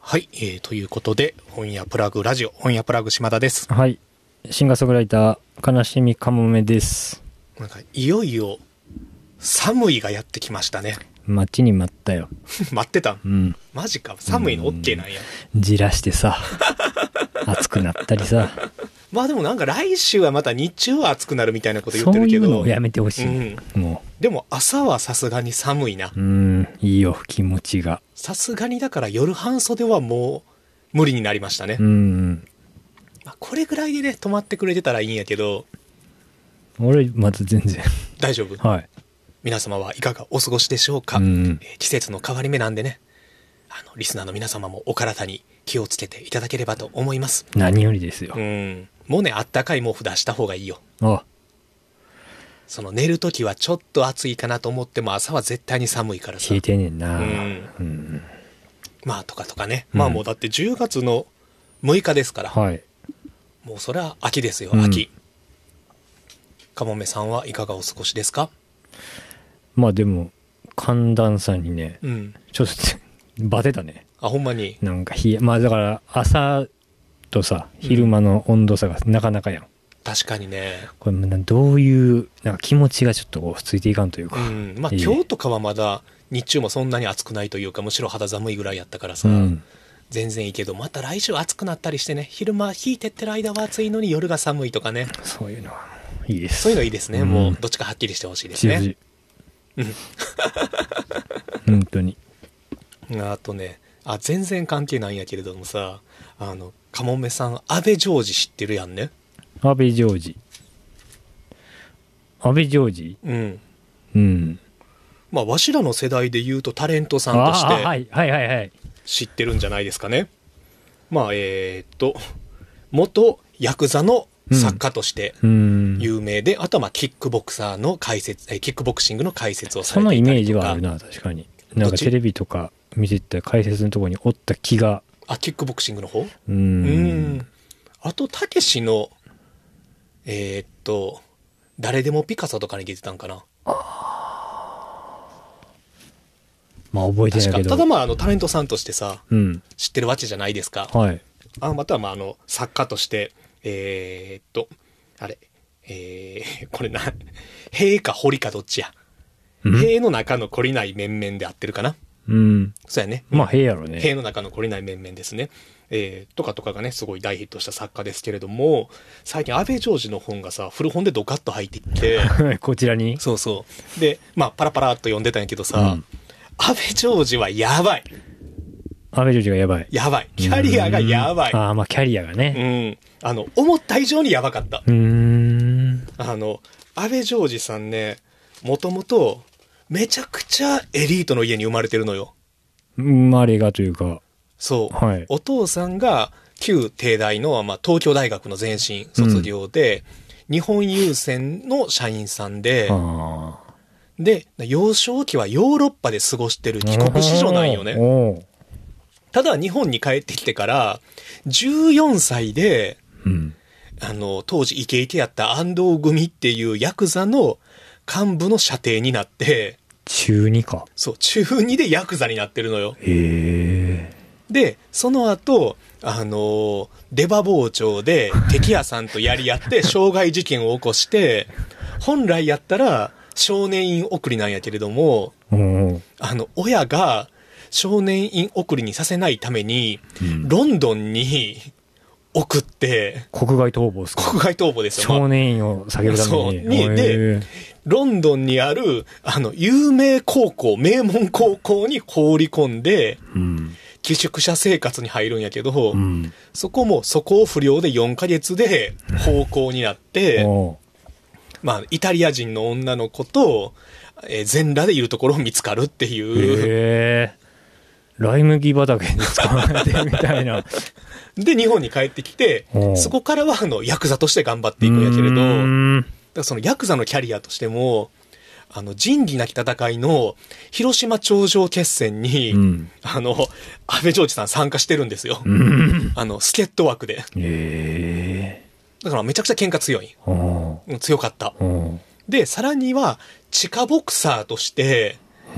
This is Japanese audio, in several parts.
はい、ということで、本屋プラグラジオ、本屋プラグ島田です。 はい。シンガーソングライター、悲しみかもめです。 なんか、いよいよ、寒いがやってきましたね。 待ちに待ったよ。 待ってたん？ うん。 マジか、寒いの OK なんや。 じらしてさ、暑くなったりさ。 まあでもなんか来週はまた日中は暑くなるみたいなこと言ってるけど。 そういうのをやめてほしい。もう。でも朝はさすがに寒いな。 いいよ、気持ちが。 さすがにだから夜半袖はもう無理になりましたね。まあ、これぐらいでね、止まってくれてたらいいんやけど。 俺、まず全然。 大丈夫？ はい。 皆様はいかがお過ごしでしょうか？季節の変わり目なんでね、リスナーの皆様もお体に気をつけていただければと思います。 何よりですよ。 もうね、あったかい毛布出した方がいいよ。 あ、 その寝るときはちょっと暑いかなと思っても朝は絶対に寒いからさ。 冷えてんねんな。 まあとかね、まあもうだって10月の6日ですから、 はい。 もうそれは秋ですよ、秋。かもめさんはいかがお過ごしですか？ まあでも、寒暖差にね、ちょっとバテたね。 あ、ほんまに。 なんかまあだから朝とさ、昼間の温度差がなかなかやん。 確かにね。 これどういうなんか気持ちがちょっと落ち着いていかんというか。 まあ今日とかはまだ日中もそんなに暑くないというか、むしろ肌寒いぐらいやったからさ、全然いいけど、また来週暑くなったりしてね、昼間火照ってる間は暑いのに夜が寒いとかね。 そういうのはいいです。 そういうのいいですね。もうどっちかはっきりしてほしいですね。 本当に。 あとね、全然関係ないんやけれどもさ、かもめさん、安倍ジョージ知ってるやんね。 安倍ジョージ。安倍ジョージ？ まあ、わしらの世代で言うとタレントさんとして知ってるんじゃないですかね。まあ、元ヤクザの作家として有名で、あとはまあキックボクサーの解説、キックボクシングの解説をされていたりとか。 そのイメージはあるな、確かに。なんかテレビとか見てた解説のところにおった気が。 キックボクシングの方？あと、たけしの、誰でもピカソとかに出てたんかな。 まあ覚えてないけど。 ただまあタレントさんとしてさ、知ってるわけじゃないですか。 はい。 またはまあ作家として、あれ、これ塀か堀かどっちや。塀の中の懲りない面々で合ってるかな。そうやね。 まあ塀やろね。 塀の中の懲りない面々ですね。とかがね、すごい大ヒットした作家ですけれども、最近安倍ジョージの本がさ、古本でドカッと入っていって。 こちらに？ そうそう。で、まあパラパラっと読んでたんやけどさ、安倍ジョージはやばい。 安倍ジョージがやばい。 やばい。キャリアがやばい。 まあキャリアがね。 思った以上にやばかった。安倍ジョージさんね、もともと、めちゃくちゃエリートの家に生まれてるのよ。 生まれがというか。 そう。はい、お父さんが旧帝大の、まあ、東京大学の前身卒業で、日本郵船の社員さんで、で、幼少期はヨーロッパで過ごしてる帰国子女なんよね。ただ日本に帰ってきてから14歳で、当時イケイケやった安藤組っていうヤクザの幹部の舎弟になって、 中2か。 そう、中2でヤクザになってるのよ。 へー。 で、その後、出刃包丁で敵屋さんとやり合って傷害事件を起こして、本来やったら少年院送りなんやけれども、親が少年院送りにさせないために、ロンドンに送って、 国外逃亡ですか？ 国外逃亡ですよ。 少年院を避けるために。 で、ロンドンにある、有名高校、名門高校に放り込んで、寄宿舎生活に入るんやけど、そこも素行不良で4ヶ月で奉公になって、まあ、イタリア人の女の子と、全裸でいるところを見つかるっていう。 ライ麦畑に使われてみたいな。 で、日本に帰ってきて、そこからはヤクザとして頑張っていくんやけれど、だからそのヤクザのキャリアとしても、仁義なき戦いの広島頂上決戦に、安倍ジョージさん参加してるんですよ。助っ人枠で。だからめちゃくちゃ喧嘩強い。強かった。で、さらには、地下ボクサーとして、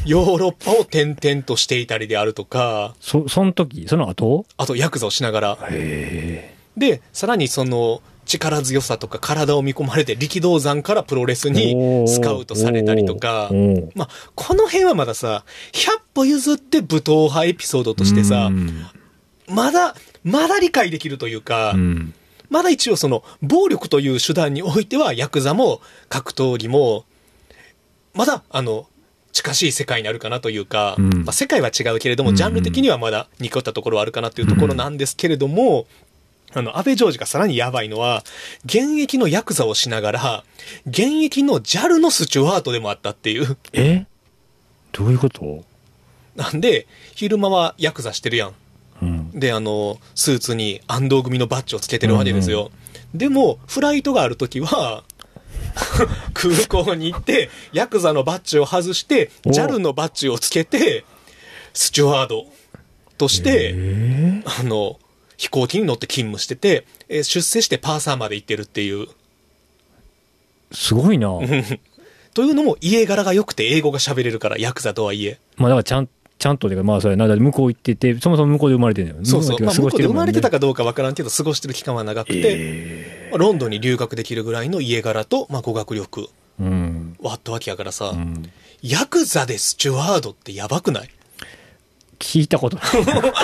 ヨーロッパを転々としていたりであるとか。 その時、その後あとヤクザをしながら。 へで、さらにその、力強さとか体を見込まれて力道山からプロレスにスカウトされたりとか、まあ、この辺はまださ、100歩譲って武闘派エピソードとしてさ、まだ理解できるというか、まだ一応その、暴力という手段においては、ヤクザも格闘技も、まだ、近しい世界になるかなというか、まあ、世界は違うけれども、ジャンル的にはまだ似通ったところはあるかなというところなんですけれども、安倍ジョージがさらにやばいのは、現役のヤクザをしながら、現役の JAL のスチュワートでもあったっていう。 どういうこと？ なんで、昼間はヤクザしてるやん。で、スーツに安藤組のバッジをつけてるわけですよ。でも、フライトがあるときは、空港に行って、ヤクザのバッジを外して、JAL のバッジをつけて、スチュワードとして、飛行機に乗って勤務してて、出世してパーサーまで行ってるっていう。 すごいな。 というのも家柄が良くて英語が喋れるから、ヤクザとはいえ。 まあだからちゃんとで、まあそれな、だって向こう行ってて、そもそも向こうで生まれてるんだよ。 そうそう。まあ向こうで生まれてたかどうかわからんけど、過ごしてる期間は長くて、ロンドンに留学できるぐらいの家柄と、まあ語学力はあったわけやからさ、ヤクザでスチュワードってやばくない？ 聞いたことない。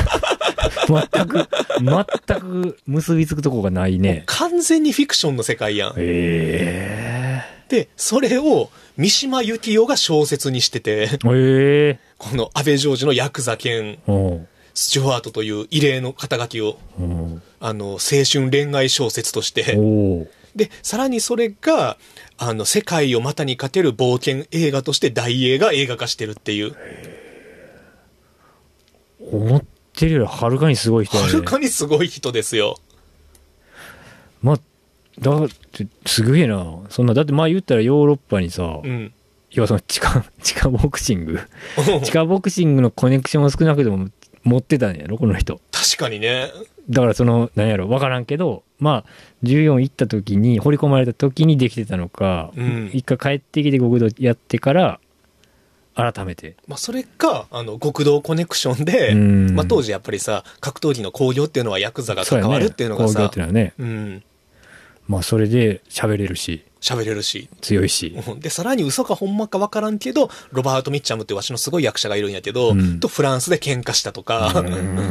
全く結びつくとこがないね。 完全にフィクションの世界やん。で、それを三島由紀夫が小説にしてて、この安倍ジョージのヤクザ兼スチュワートという異例の肩書きを、青春恋愛小説として、で、さらにそれが、世界を股にかける冒険映画として大映画化してるっていう。 思ってるよりはるかにすごい人だね。 はるかにすごい人ですよ。 まあ、だってすげえな。そんな、だってまあ言ったらヨーロッパにさ、要はその地下ボクシング地下ボクシングのコネクションを少なくとも持ってたんやろこの人。 確かにね。 だからその何やろ分からんけど、まあ14行った時に掘り込まれた時にできてたのか、一回帰ってきて極道やってから改めて、 まあ、それか極道コネクションで、まあ、当時やっぱりさ格闘技の興行っていうのはヤクザが関わるっていうのがさ、 興行っていうのはね、まあそれで喋れるし強いし、 でさらに嘘かほんまか分からんけどロバート・ミッチャムってわしのすごい役者がいるんやけど、とフランスで喧嘩したとか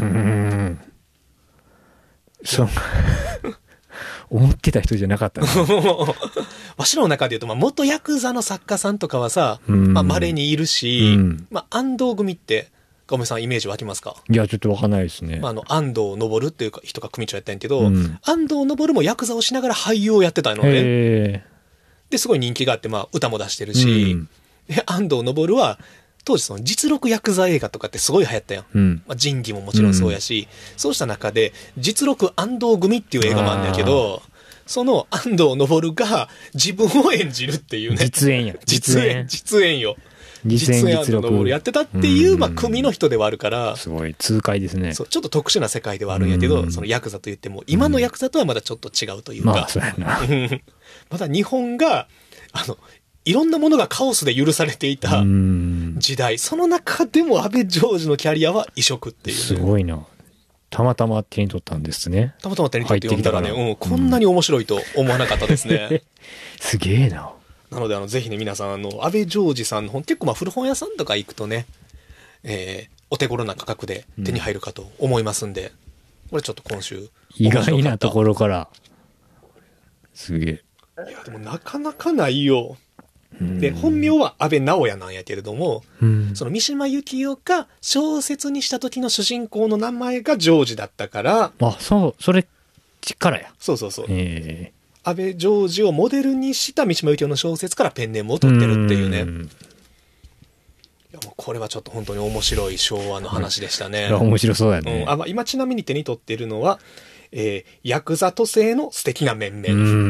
そう思ってた人じゃなかったなわしの中で言うと、まあ、元ヤクザの作家さんとかはさ、まあ、稀にいるし、まあ、安藤組って、ごめんさんイメージ湧きますか？ いや、ちょっとわかんないですね。 まあ、安藤昇っていう人が組長やったんやけど、安藤昇もヤクザをしながら俳優をやってたのね。で、すごい人気があって、まあ、歌も出してるし、で、安藤昇は、当時その実録ヤクザ映画とかってすごい流行ったやん。まあ、仁義ももちろんそうやし、そうした中で、実録安藤組っていう映画もあるんだけど、その安藤昇が自分を演じるっていうね。 実演や。 実演よ。実演安藤昇やってたっていう、まあ、組の人ではあるから。 すごい、痛快ですね。 そう、ちょっと特殊な世界ではあるんやけど、そのヤクザと言っても、今のヤクザとはまだちょっと違うというか。 まあ、そうやな。 まだ日本が、いろんなものがカオスで許されていた時代。その中でも安倍ジョージのキャリアは異色っていう、ね。 すごいな。たまたま手に取ったんですね。 たまたま手に取って読んだらね、こんなに面白いと思わなかったですね。 すげえな。 なので、ぜひね、皆さん、安倍ジョージさんの本、結構まあ古本屋さんとか行くとね、お手頃な価格で手に入るかと思いますんで、これちょっと今週。 意外なところから。すげえ。 いや、でもなかなかないよ。で、本名は安倍直也なんやけれども、その三島由紀夫が小説にした時の主人公の名前がジョージだったから。 あ、そう、それ、力や。 そうそうそう。安倍ジョージをモデルにした三島由紀夫の小説からペンネームを取ってるっていうね。いや、もうこれはちょっと本当に面白い昭和の話でしたね。 面白そうやね。 今ちなみに手に取っているのは、ヤクザ都政の素敵な面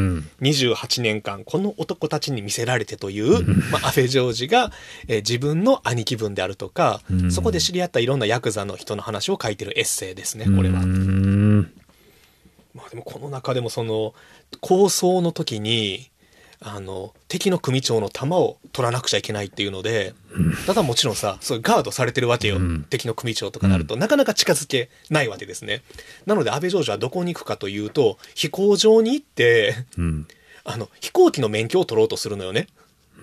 々、28年間この男たちに見せられてという、まあ、安倍ジョージが、自分の兄貴分であるとか、そこで知り合ったいろんなヤクザの人の話を書いてるエッセイですね、これは。まあでもこの中でもその構想の時に敵の組長の弾を取らなくちゃいけないっていうので、ただもちろんさ、そういうガードされてるわけよ。敵の組長とかなると、なかなか近づけないわけですね。なので、安倍城主はどこに行くかというと、飛行場に行って、飛行機の免許を取ろうとするのよね。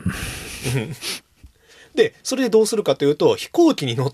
で、それでどうするかというと、飛行機に乗って、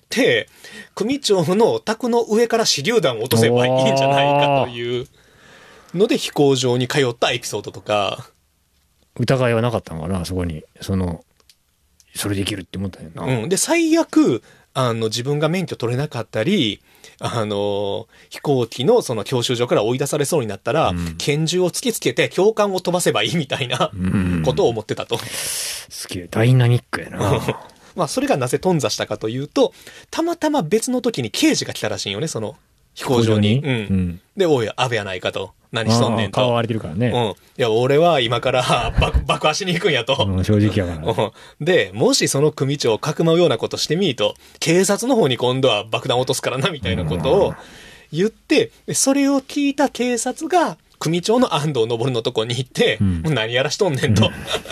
組長の宅の上から手榴弾を落とせばいいんじゃないかというので、飛行場に通ったエピソードとか。 疑いはなかったのかな、そこに。それできるって思ったよな。 で、最悪、自分が免許取れなかったり、飛行機のその教習所から追い出されそうになったら、拳銃を突きつけて教官を飛ばせばいいみたいなことを思ってたと。 すげえ、ダイナミックやな。 まあ、それがなぜ頓挫したかというと、たまたま別の時に刑事が来たらしいよね、その飛行場に。で、おい、安倍やないかと。何しとんねんと。 顔割れてるからね。 いや、俺は今から爆破しに行くんやと。 正直やから。 で、もしその組長をかくまうようなことしてみーと、警察の方に今度は爆弾落とすからな、みたいなことを言って、それを聞いた警察が、組長の安藤昇のとこに行って、何やらしとんねんと。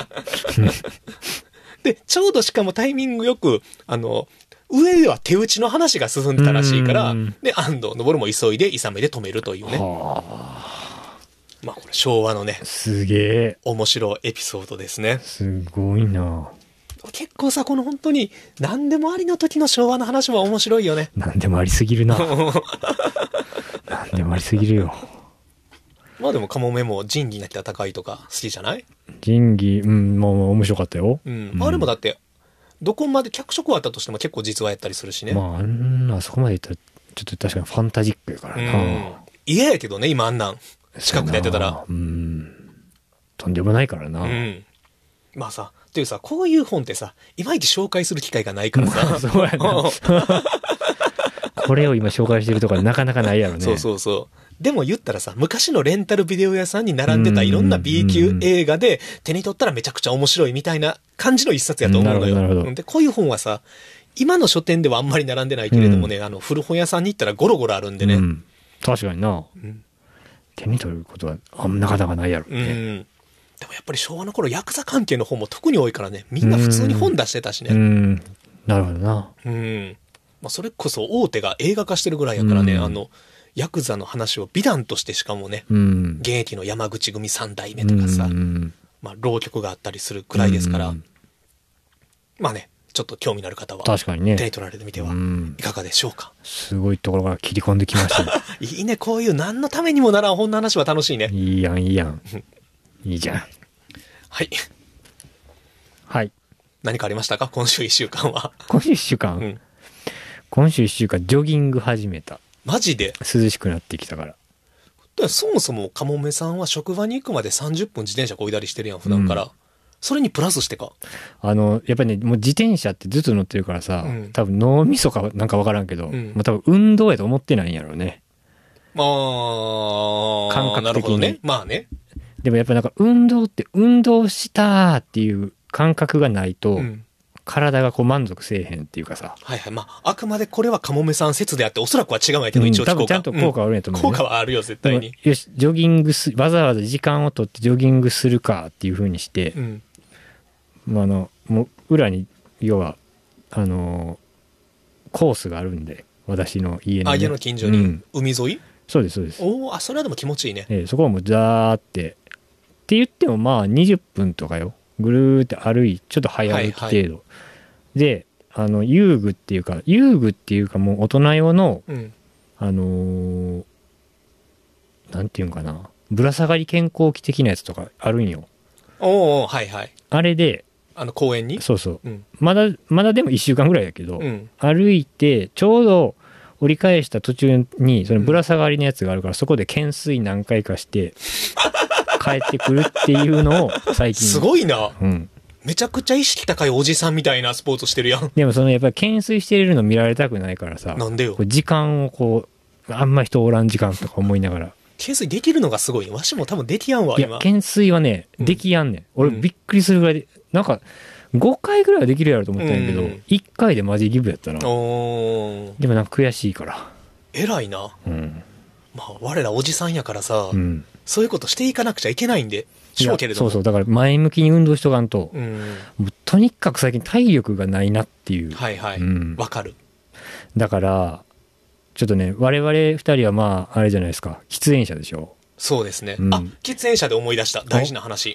で、ちょうどしかもタイミングよく、上では手打ちの話が進んでたらしいから、で、安藤昇も急いで、勇めで止めるというね。まあ、これ昭和のね。 すげえ。 面白いエピソードですね。 すごいな。 結構さ、この本当に、何でもありの時の昭和の話は面白いよね。 何でもありすぎるな。何でもありすぎるよ。 まあでも、カモメも仁義なき戦いとか好きじゃない？ 仁義、もう面白かったよ。 あれもだって、どこまで脚色はあったとしても結構実話やったりするしね。 まあ、そこまで言ったら、ちょっと確かにファンタジックやからな。 嫌やけどね、今あんなん。近くでやってたら。 とんでもないからな。 まあさ、っていうさ、こういう本ってさ、いまいち紹介する機会がないからさ。 そうやな。これを今紹介してるとかなかなかないやろね。 そう。でも言ったらさ、昔のレンタルビデオ屋さんに並んでたいろんな B 級映画で手に取ったらめちゃくちゃ面白いみたいな感じの一冊やと思うのよ。 なるほど。 で、こういう本はさ、今の書店ではあんまり並んでないけれどもね、古本屋さんに行ったらゴロゴロあるんでね。 確かにな。手に取ることはなかなかないやろね。 でもやっぱり昭和の頃ヤクザ関係の本も特に多いからね、みんな普通に本出してたしね。 なるほどな。 まあ、それこそ大手が映画化してるぐらいやからね、ヤクザの話を美談としてしかもね、現役の山口組3代目とかさ、まあ、浪曲があったりするくらいですから、まあね、ちょっと興味のある方は、 確かにね、 手に取られてみてはいかがでしょうか。 すごいところから切り込んできましたね。 いいね、こういう何のためにもならん本の話は楽しいね。 いいやん。いいじゃん。 はい。 はい。 何かありましたか、今週1週間は。 今週1週間、今週1週間、ジョギング始めた。 マジで？ 涼しくなってきたから。 だからそもそもカモメさんは職場に行くまで30分自転車こいだりしてるやん、普段から。それにプラスしてか。 やっぱりね、もう自転車ってずっと乗ってるからさ、多分脳みそかなんかわからんけど、もう多分運動やと思ってないんやろうね。 まあ、 感覚的に。 なるほどね。まあね。 でもやっぱなんか運動って運動したっていう感覚がないと、体がこう満足せえへんっていうかさ。 はいはい。まあ、あくまでこれはカモメさん説であって、おそらくは違うんやけど、一応多分ちゃんと効果はあるんやと思う、ね。 効果はあるよ、絶対に。 よし、ジョギングわざわざ時間を取ってジョギングするかっていう風にして、もう裏に、要は、コースがあるんで、私の家の、ね。 家の近所に、海沿い？ そうです、そうです。 それはでも気持ちいいね。 そこはもうザーって、って言ってもまあ20分とかよ。ぐるーって歩い、ちょっと早歩き程度。で、遊具っていうかもう大人用の、なんていうんかな、ぶら下がり健康器的なやつとかあるんよ。 はいはい。 あれで、 公園に？ そうそう。まだでも1週間ぐらいだけど、歩いて、ちょうど折り返した途中に、そのぶら下がりのやつがあるから、そこで懸垂何回かして、帰ってくるっていうのを最近。 すごいな。めちゃくちゃ意識高いおじさんみたいなスポーツしてるやん。 でもやっぱり懸垂してるの見られたくないからさ。 なんでよ。 時間をあんま人おらん時間とか思いながら。 懸垂できるのがすごい。わしも多分できやんわ、 今。いや、懸垂はね、できやんねん。俺びっくりするぐらいで、なんか、5回ぐらいはできるやろと思ったんやけど、1回でマジギブやったな。でもなんか悔しいから。 偉いな。まあ、我らおじさんやからさ、そういうことしていかなくちゃいけないんで。 しょうけれども。 そうそう。だから前向きに運動しとかんと、もうとにかく最近体力がないなっていう。 はいはい。わかる。 だから、ちょっとね、我々二人はまあ、あれじゃないですか。喫煙者でしょ。 そうですね。喫煙者で思い出した。大事な話。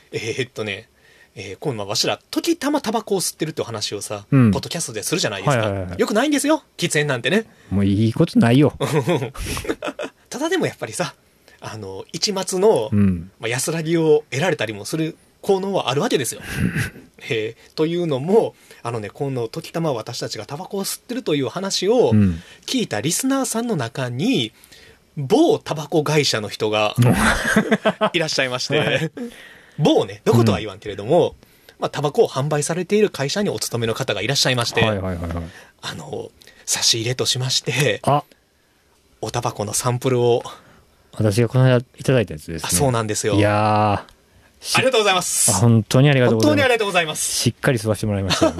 今度わしら、時たまタバコを吸ってるっていう話をさ、ポッドキャストでするじゃないですか。よくないんですよ。喫煙なんてね。 もういいことないよ。 ただでもやっぱりさ、一末の、安らぎを得られたりもする効能はあるわけですよ。というのも、この時たま私たちがタバコを吸ってるという話を聞いたリスナーさんの中に、某タバコ会社の人がいらっしゃいまして、某ね、どことは言わんけれども、タバコを販売されている会社にお勤めの方がいらっしゃいまして、差し入れとしまして、おタバコのサンプルを。 私がこの間いただいたやつですね。 そうなんですよ。 いやありがとうございます。 本当にありがとうございます。 本当にありがとうございます。 しっかり吸わせてもらいましたよ。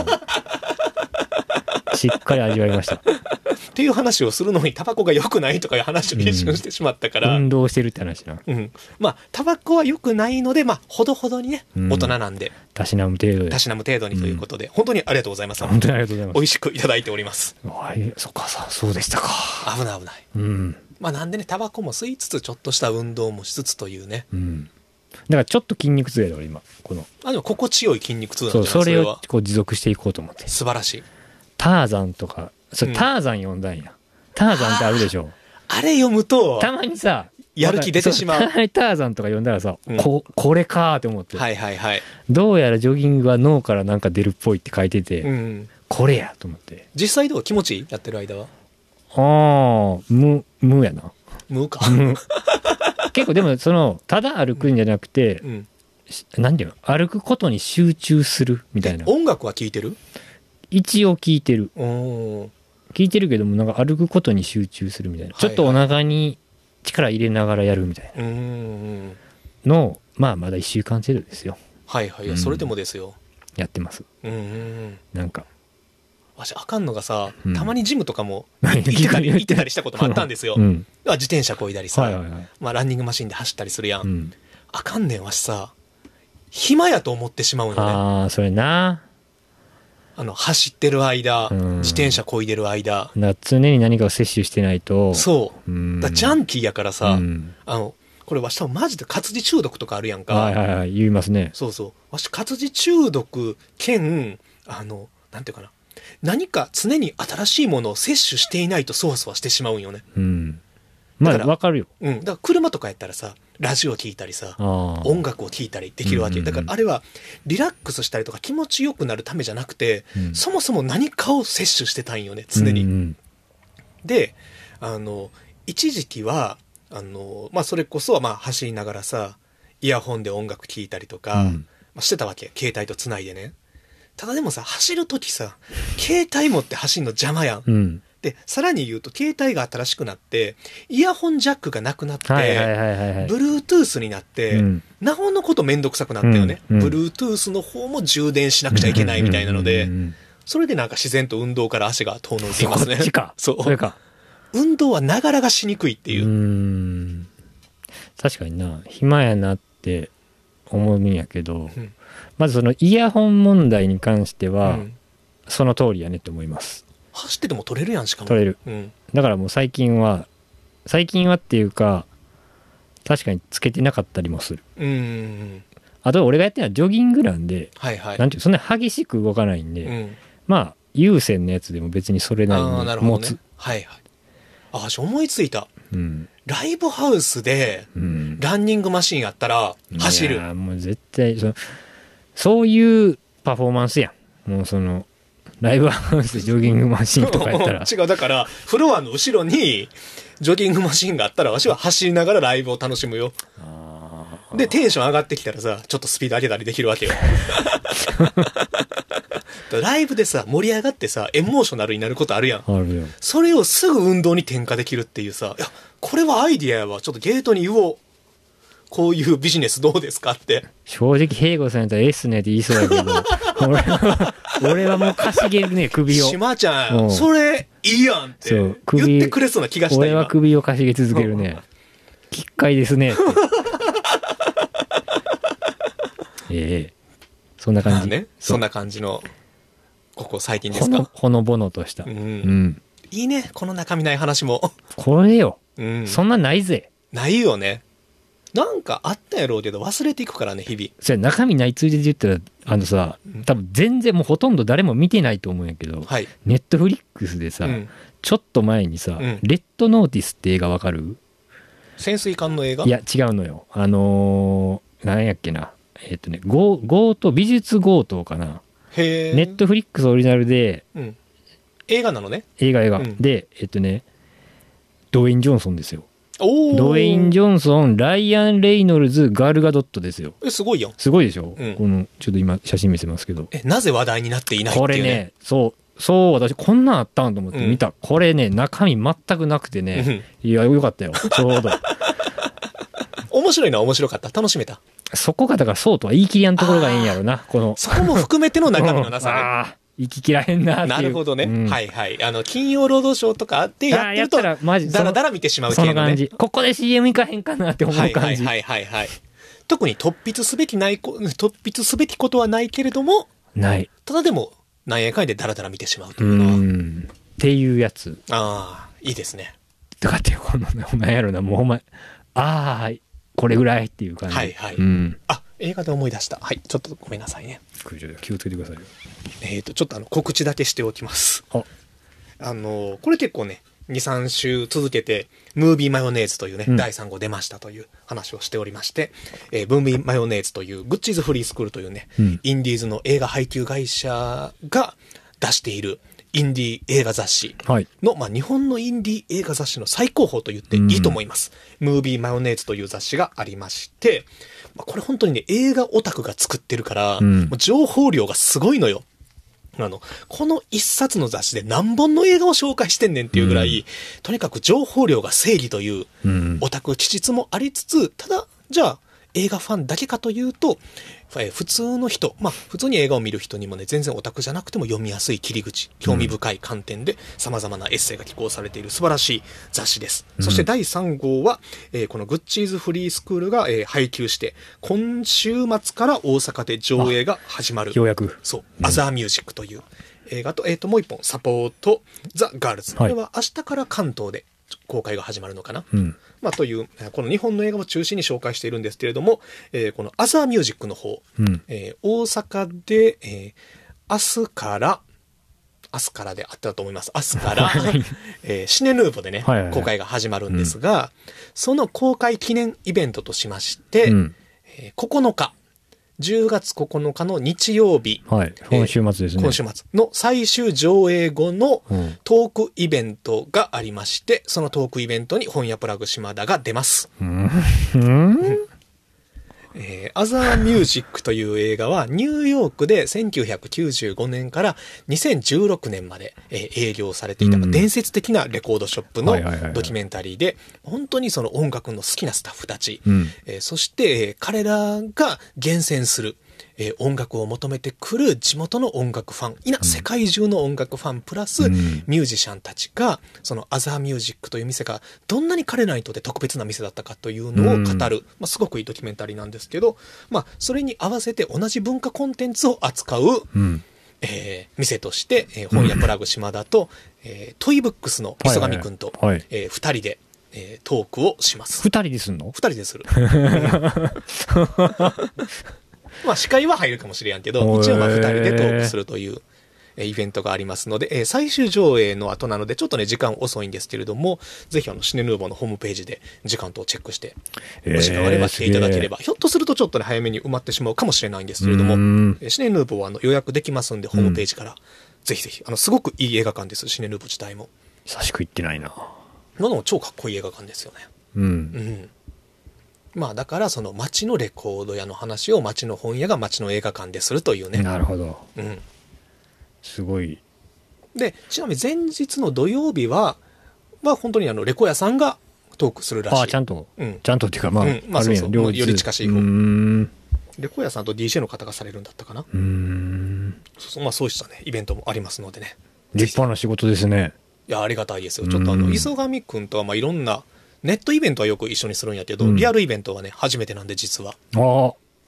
しっかり味わいました。 っていう話をするのにタバコが良くないとかいう話を一瞬してしまったから、 運動してるって話な。 タバコは良くないので、ほどほどにね、大人なんでたしなむ程度で、 たしなむ程度にということで、本当にありがとうございます。 本当にありがとうございます。 美味しくいただいております。 そっかさ、そうでしたか。 危ない危ない。なんでね、タバコも吸いつつちょっとした運動もしつつというね。 だからちょっと筋肉痛やで俺今この。 でも心地よい筋肉痛なんじゃない。 それをこう持続していこうと思って。 素晴らしい。 ターザンとか、ターザン読んだんや。ターザンってあるでしょ。 あれ読むとたまにさ、 やる気出てしまう。 ターザンとか読んだらさ、これかーって思って。 はいはいはい。 どうやらジョギングは脳からなんか出るっぽいって書いてて、これやと思って。 実際どう気持ちいいやってる間は。 無やな。 無か。 結構でもただ歩くんじゃなくて、なんていうの、歩くことに集中するみたいな。 音楽は聴いてる？ 一応聴いてる。聞いてるけども、なんか歩くことに集中するみたいな。ちょっとお腹に力入れながらやるみたいな。の、まだ1週間程度ですよ。 はいはい。それでもですよ。 やってます。なんか。 わし、あかんのがさ、たまにジムとかも行ってたりしたこともあったんですよ。自転車こいだりさ、ランニングマシンで走ったりするやん。あかんねん、わしさ、暇やと思ってしまうのね。 それな。 走ってる間、自転車こいでる間。 常に何かを摂取してないと。 そう。ジャンキーやからさ、これわし多分マジで活字中毒とかあるやんか。 言いますね。 そうそう。わし活字中毒兼、なんていうかな。何か常に新しいものを摂取していないとそわそわしてしまうんよね。 わかるよ。 だから車とかやったらさ、ラジオ聴いたりさ、音楽を聴いたりできるわけ。だからあれはリラックスしたりとか気持ちよくなるためじゃなくて、そもそも何かを摂取してたんよね、常に。で、一時期は、それこそ、走りながらさ、イヤホンで音楽聴いたりとか、してたわけ。携帯とつないでね。ただでもさ、走るときさ、携帯持って走るの邪魔やん。で、さらに言うと、携帯が新しくなって、イヤホンジャックがなくなって、Bluetooth になって、なおのことめんどくさくなったよね。Bluetooth の方も充電しなくちゃいけないみたいなので、それでなんか自然と運動から足が遠のいていますね。 そう。それか。 運動はながらがしにくいっていう。 確かにな、暇やなって思うんやけど、まずそのイヤホン問題に関しては、その通りやねって思います。 走ってても取れるやん、しかも。 取れる。だからもう最近はっていうか、確かにつけてなかったりもする。あと俺がやってるのはジョギングなんで、なんていう、そんな激しく動かないんで、有線のやつでも別にそれなりに持つ。 思いついた。ライブハウスでランニングマシンあったら走る。いやもう絶対そういうパフォーマンスやん。もうライブハウスでジョギングマシンとかやったら違う、だからフロアの後ろにジョギングマシンがあったらわしは走りながらライブを楽しむよ。でテンション上がってきたらさ、ちょっとスピード上げたりできるわけよ。ライブでさ、盛り上がってさ、エモーショナルになることあるやん。それをすぐ運動に転化できるっていうさ、いや、これはアイディアやわ。ちょっとゲートに言おう。こういうビジネスどうですかって。 正直、平吾さんやったらエスねって言いそうやけど、俺はもう稼げるね、首を。 島ちゃん、それいいやんって言ってくれそうな気がした。 俺は首を稼げ続けるね。きっかいですねって。 そんな感じ。 ね、そんな感じの、ここ最近ですか。 ほのぼのとした。 いいね、この中身ない話も。 これよ。そんなないぜ。 ないよね。なんかあったやろうけど忘れていくからね、日々。 それ中身ないついで言ったら、多分全然もうほとんど誰も見てないと思うんやけど、ネットフリックスでさ、ちょっと前にさ、レッドノーティスって映画わかる？ 潜水艦の映画？ いや、違うのよ。なんやっけな。強盗、美術強盗かな。 へー。 ネットフリックスオリジナルで、 映画なのね。 映画。で、ドウェイン・ジョンソンですよ。ドウェイン・ジョンソン、ライアン・レイノルズ、ガルガドットですよ。 すごいよ。 すごいでしょ、この、ちょっと今写真見せますけど。 なぜ話題になっていないっていうね。 これね、そう、私こんなんあったんと思って見た。これね、中身全くなくてね、いや、よかったよ。ちょうど。 面白いのは面白かった。楽しめた。 そこがだからそうとは言い切りやんところがいいんやろな、この。 そこも含めての中身のなさね。 ああ、行ききらへんなっていう。 なるほどね。はいはい。金曜ロードショーとかでやってると、だらだら見てしまう系のね。 その感じ。ここで CM 行かへんかなって思う感じ。 はい。特に突筆すべきことはないけれども、 ない。 ただでも、何やかんでだらだら見てしまうというのは。 っていうやつ。 ああ、いいですね。 だからって、この、なんやろな、もうお前、これぐらいっていう感じ。 はい。映画で思い出した。はい、ちょっとごめんなさいね。 気をつけてくださいよ。 ちょっと告知だけしておきます。これ結構ね、2、3週続けて、ムービーマヨネーズというね、第3号出ましたという話をしておりまして、ムービーマヨネーズという、グッチーズフリースクールというね、インディーズの映画配給会社が出しているインディー映画雑誌の、日本のインディー映画雑誌の最高峰と言っていいと思います。ムービーマヨネーズという雑誌がありまして、これ本当にね、映画オタクが作ってるから、もう情報量がすごいのよ。この一冊の雑誌で何本の映画を紹介してんねんっていうぐらい、とにかく情報量が正義というオタク気質もありつつ、ただ、じゃあ、映画ファンだけかというと、普通の人、普通に映画を見る人にもね、全然オタクじゃなくても読みやすい切り口、興味深い観点で様々なエッセイが寄稿されている素晴らしい雑誌です。そして第3号は、このグッチーズフリースクールが、配給して、今週末から大阪で上映が始まる。 ようやく。 そう、アザーミュージックという映画と、もう一本、サポート・ザ・ガールズ。これは明日から関東で公開が始まるのかな。という、この日本の映画を中心に紹介しているんですけれども、このアザーミュージックの方、大阪で、明日からであったと思います。明日から、シネヌーボでね、公開が始まるんですが、その公開記念イベントとしまして、9日、10月9日の日曜日、 今週末ですね。 今週末の最終上映後のトークイベントがありまして、そのトークイベントに本屋プラグ島田が出ます。アザーミュージックという映画はニューヨークで1995年から2016年まで営業されていた伝説的なレコードショップのドキュメンタリーで、本当にその音楽の好きなスタッフたち、そして彼らが厳選する音楽を求めてくる地元の音楽ファン、世界中の音楽ファンプラスミュージシャンたちが、そのアザーミュージックという店がどんなに彼らにとって特別な店だったかというのを語る、すごくいいドキュメンタリーなんですけど、それに合わせて同じ文化コンテンツを扱う、店として、本屋プラグ島田と、トイブックスの磯上くんと、2人で、トークをします。 2人ですんの？ 2人でする。司会は入るかもしれんけど、一応2人でトークするというイベントがありますので、最終上映の後なのでちょっとね時間遅いんですけれども、ぜひシネヌーボーのホームページで時間等チェックしてお時間あれば来ていただければ、ひょっとするとちょっとね早めに埋まってしまうかもしれないんですけれども、シネヌーボーは予約できますんで、ホームページからぜひぜひ、すごくいい映画館です。シネヌーボー自体も久しく行ってないな。 超かっこいい映画館ですよね。だからその街のレコード屋の話を街の本屋が街の映画館でするというね。 なるほど。すごい。 で、ちなみに前日の土曜日は本当にレコ屋さんがトークするらしい。 ちゃんと、ちゃんとっていうか、あるそうより近しい方。レコ屋さんと DJ の方がされるんだったかな。そうしたね、イベントもありますのでね。 立派な仕事ですね。 いや、ありがたいですよ。ちょっと磯上くんとはいろんな、ネットイベントはよく一緒にするんやけど、リアルイベントはね、初めてなんで実は。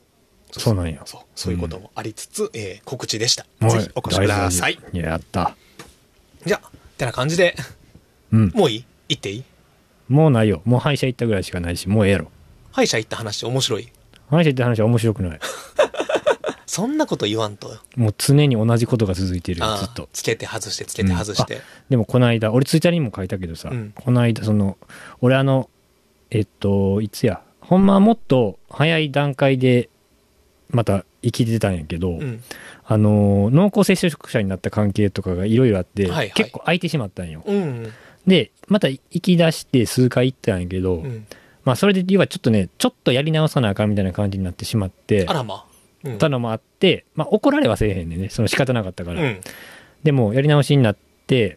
そうなんや。 そういうこともありつつ、告知でした。 はいぜひお越しください。 やった。 じゃあ、ってな感じで、もういい？行っていい？ もうないよ。もう歯医者行ったぐらいしかないし、もうええやろ。 歯医者行った話面白い？ 歯医者行った話は面白くない。 そんなこと言わんと。 もう常に同じことが続いてるよ、ずっと。 つけて外して、つけて外して。 でもこの間、俺ツイッターにも書いたけどさ、この間、俺いつや、ほんまはもっと早い段階で、また生きてたんやけど、濃厚接触者になった関係とかがいろいろあって、結構空いてしまったんよ。で、また行き出して数回行ったんやけど、まあそれで要はちょっとやり直さなあかんみたいな感じになってしまって、たのもあって、まあ怒られはせえへんね、その仕方なかったから。でもやり直しになって、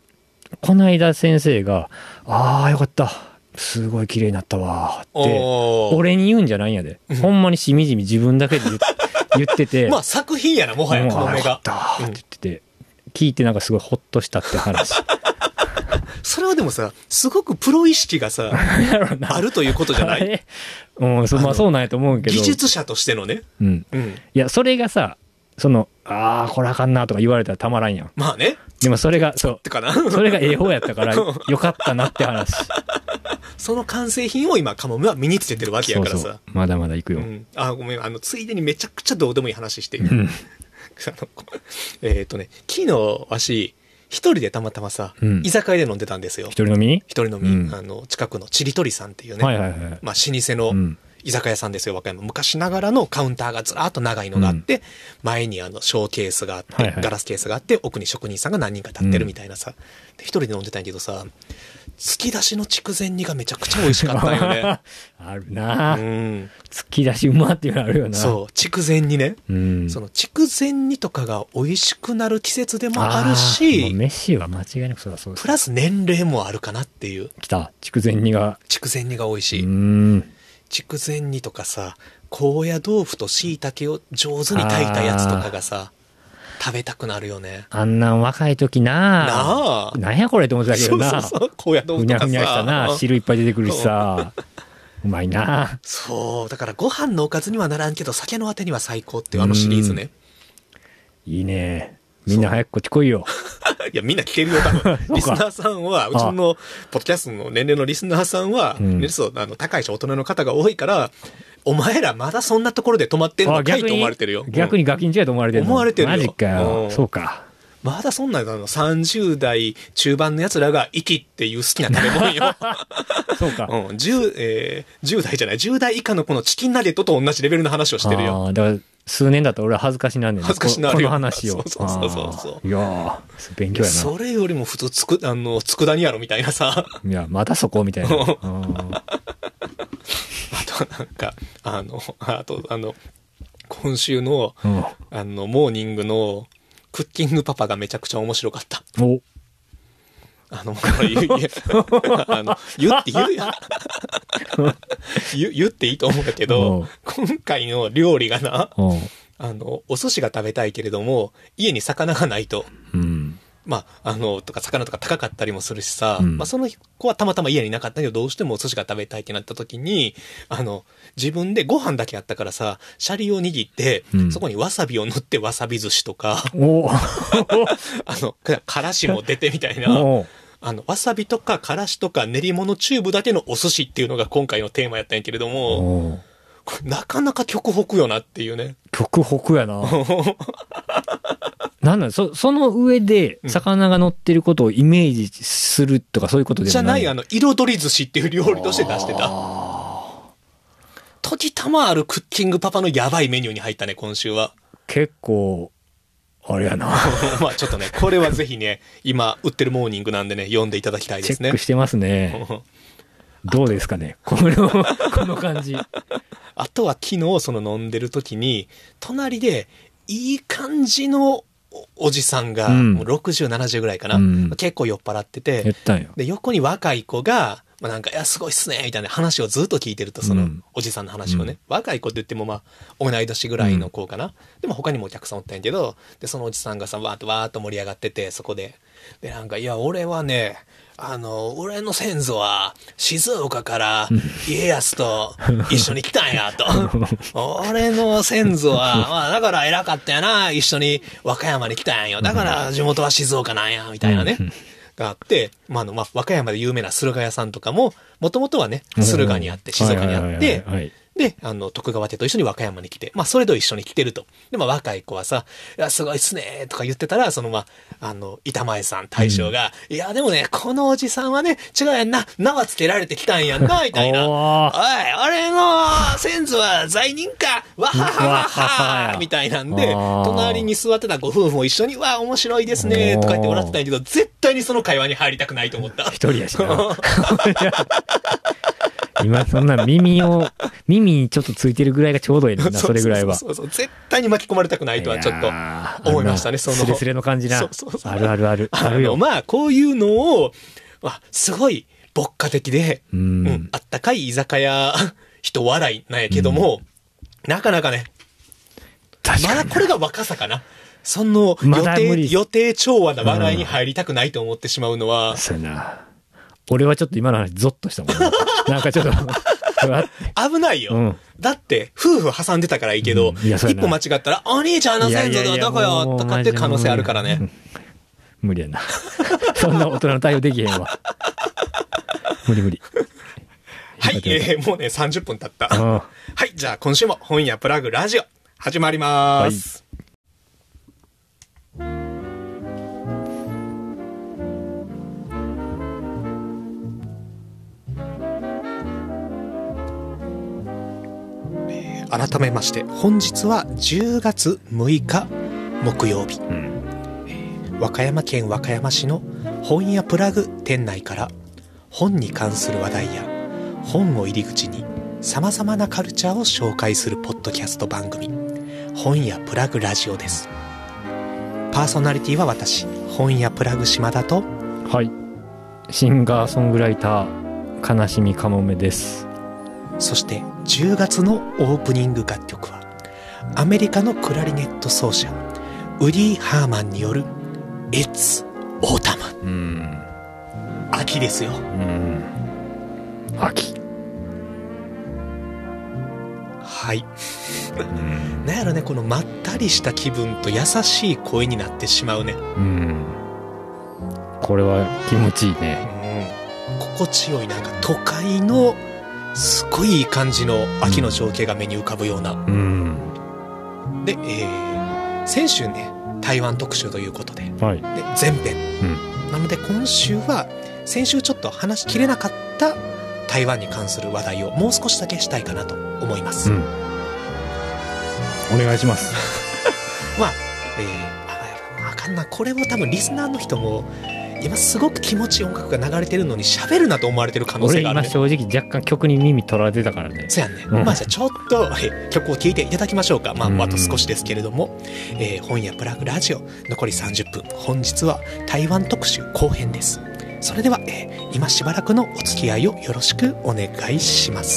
この間先生が、ああよかった。すごい綺麗になったわーって、俺に言うんじゃないんやで。ほんまにしみじみ自分だけで言ってて。 まあ作品やな、もはやこの目が。 よかったーって言ってて、聞いてなんかすごいホッとしたって話。 それはでもさ、すごくプロ意識がさ、あるということじゃない？ まあそうなんやと思うけど。 技術者としてのね。 いや、それがさ、これあかんなとか言われたらたまらんやん。 まあね。 でもそれが、それがええ方やったから、よかったなって話。 その完成品を今、カモメは身につけてるわけやからさ。 まだまだ行くよ。 ごめん、ついでにめちゃくちゃどうでもいい話していい？昨日、わし、一人でたまたまさ、居酒屋で飲んでたんですよ。 一人飲み？ 一人飲み。近くのちりとりさんっていうね、まあ、老舗の居酒屋さんですよ、和歌山。昔ながらのカウンターがずらーっと長いのがあって、前にショーケースがあって、ガラスケースがあって、奥に職人さんが何人か立ってるみたいなさ。で一人で飲んでたんやけどさ、突き出しの筑前煮がめちゃくちゃ美味しかったよね。 あるな突き出しうまっていうのあるよな。 そう、筑前煮ね。その筑前煮とかが美味しくなる季節でもあるし、 飯は間違いなくそうだそうです。 プラス年齢もあるかなっていう。 来た、筑前煮が。 筑前煮が美味しい。筑前煮とかさ、高野豆腐と椎茸を上手に炊いたやつとかがさ、食べたくなるよね。 あんなん若い時ななんやこれって思ってたけどな。 高野豆腐とかさ。 ふにゃふにゃしたな。汁いっぱい出てくるしさ。うまいな。 そう。だからご飯のおかずにはならんけど、酒のあてには最高っていうあのシリーズね。 いいね。みんな早くこっち来いよ。 いや、みんな聞けるよ、多分。リスナーさんは、うちの、ポッドキャストの年齢のリスナーさんは、高いし大人の方が多いから、お前らまだそんなところで止まってんのかいと思われてるよ。 逆にガキンチやと思われてるの？ 思われてるよ。 マジかよ。そうか。 まだそんな30代中盤の奴らが生きっていう好きな食べ物よ。 そうか。 10代じゃない、10代以下のこのチキンナゲットと同じレベルの話をしてるよ。 だから数年だと俺は恥ずかしなんねん。 恥ずかしなるよ。 この話を。 そう。 いや勉強やな。 それよりも普通佃煮やろみたいなさ。 いや、またそこみたいな。 あとなんか、今週の、モーニングのクッキングパパがめちゃくちゃ面白かった。言っていいと思うんだけど、今回の料理がな、お寿司が食べたいけれども、家に魚がないと。まあ、とか魚とか高かったりもするしさ、まあその子はたまたま家になかったけど、どうしてもお寿司が食べたいってなった時に、自分でご飯だけあったからさ、シャリを握って、そこにわさびを塗ってわさび寿司とか、からしも出てみたいな、わさびとかからしとか練り物チューブだけのお寿司っていうのが今回のテーマやったんやけれども、これなかなか極北よなっていうね。 極北やな。なんだその上で魚が乗ってることをイメージするとかそういうことでもない。 じゃない、彩り寿司っていう料理として出してた。時たまあるクッキングパパのやばいメニューに入ったね、今週は。 結構、あれやな。 まあちょっとね、これはぜひね、今売ってるモーニングなんでね、読んでいただきたいですね。 チェックしてますね。どうですかね、この感じ。 あとは昨日飲んでる時に、隣でいい感じのおじさんが、もう60、70ぐらいかな、結構酔っ払ってて、で、横に若い子が、まあなんか、いや、すごいっすね、みたいな話をずっと聞いてると、おじさんの話をね、若い子って言ってもまあ、同い年ぐらいの子かな。でも他にもお客さんおったんやけど、で、そのおじさんがさ、わーっと盛り上がってて、そこで、で、なんか、いや、俺はね、 俺の先祖は静岡から家康と一緒に来たんやと。俺の先祖は、まあだから偉かったやな、一緒に和歌山に来たんやよ。だから地元は静岡なんや、みたいなね。があって、まあ和歌山で有名な駿河屋さんとかも、もともとはね、駿河にあって、静岡にあって、で、徳川家と一緒に和歌山に来て、まあ、それと一緒に来てると。で、まあ、若い子はさ、いや、すごいっすね、とか言ってたら、板前さん、大将が、いや、でもね、このおじさんはね、違うやんな、名はつけられてきたんやんな、みたいな。おい、俺の先祖は罪人か、わはははは、みたいなんで、隣に座ってたご夫婦も一緒に、わ、面白いですね、とか言って笑ってたんやけど、絶対にその会話に入りたくないと思った。 一人やしな。今そんな耳にちょっとついてるぐらいがちょうどいいねんな、それぐらいは。 そう絶対に巻き込まれたくないとはちょっと思いましたね、 スレスレの感じな。あるあるある。 あるよ。まあ、こういうのを、すごい牧歌的で、あったかい居酒屋、人笑いなんやけども、なかなかね、まだこれが若さかな。その予定調和な笑いに入りたくないと思ってしまうのは、 そうやな。俺はちょっと今の話ゾッとしたもん、ね。なんかちょっと危ないよ、だって夫婦挟んでたからいいけど、一歩間違ったらお兄ちゃんの先祖だどこよとかって可能性あるからね。 無理やな。そんな大人の対応できへんわ。無理。 はい、もうね30分経った。はい、じゃあ今週も本屋プラグラジオ始まります。改めまして本日は10月6日木曜日、和歌山県和歌山市の本屋プラグ店内から本に関する話題や本を入り口にさまざまなカルチャーを紹介するポッドキャスト番組本屋プラグラジオです。パーソナリティは私本屋プラグ島田と、 はい、シンガーソングライター悲しみかもめです。 そして10月のオープニング楽曲はアメリカのクラリネット奏者ウディ・ハーマンによる It's Autumn。 秋ですよ。 秋。 はいなんやろね、このまったりした気分と優しい声になってしまうね。 これは気持ちいいね。 心地よい、なんか都会のすごいいい感じの秋の情景が目に浮かぶような。で、先週ね台湾特集ということで、で前編、なので今週は先週ちょっと話しきれなかった台湾に関する話題をもう少しだけしたいかなと思います。 お願いします。 まあ、わかんない。これも多分リスナーの人も今すごく気持ちいい音楽が流れてるのに喋るなと思われてる可能性がある、ね。 俺今正直若干曲に耳取られてたからね。 そうやんね。まあじゃあちょっと曲を聴いていただきましょうか。まああと少しですけれども、本屋プラグラジオ残り30分。本日は台湾特集後編です。それでは、今しばらくのお付き合いをよろしくお願いします。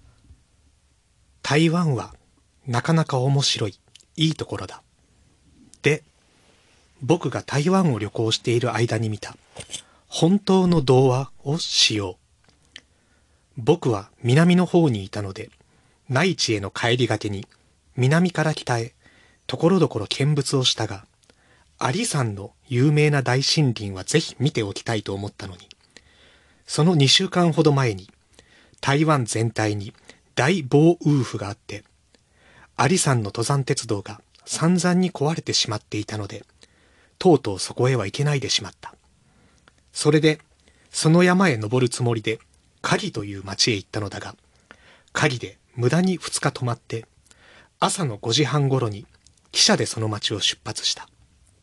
台湾はなかなか面白い、いいところだ。 で、僕が台湾を旅行している間に見た本当の童話をしよう。僕は南の方にいたので、内地への帰りがけに南から北へところどころ見物をしたが、阿里山の有名な大森林はぜひ見ておきたいと思ったのに、その2週間ほど前に台湾全体に大暴風雨があって、阿里山の登山鉄道が散々に壊れてしまっていたので、とうとうそこへは行けないでしまった。それでその山へ登るつもりで嘉義という町へ行ったのだが、嘉義で無駄に2日泊まって、朝の5時半ごろに汽車でその町を出発した。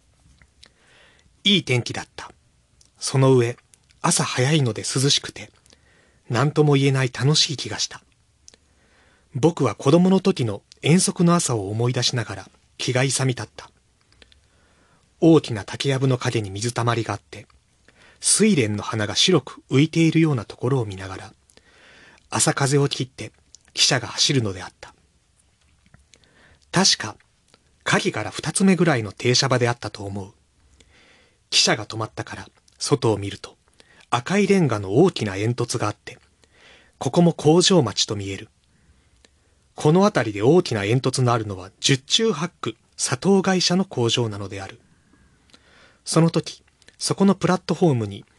いい天気だった。その上、朝早いので涼しくて、何とも言えない楽しい気がした。僕は子供の時の遠足の朝を思い出しながら気が勇み立った。大きな竹やぶの陰に水たまりがあって、睡蓮の花が白く浮いているようなところを見ながら、朝風を切って汽車が走るのであった。確か、嘉義から2つ目ぐらいの停車場であったと思う。汽車が止まったから外を見ると、赤いレンガの大きな煙突があって、ここも工場町と見える。この辺りで大きな煙突のあるのは十中八九砂糖会社の工場なのである。その時、そこのプラットフォームに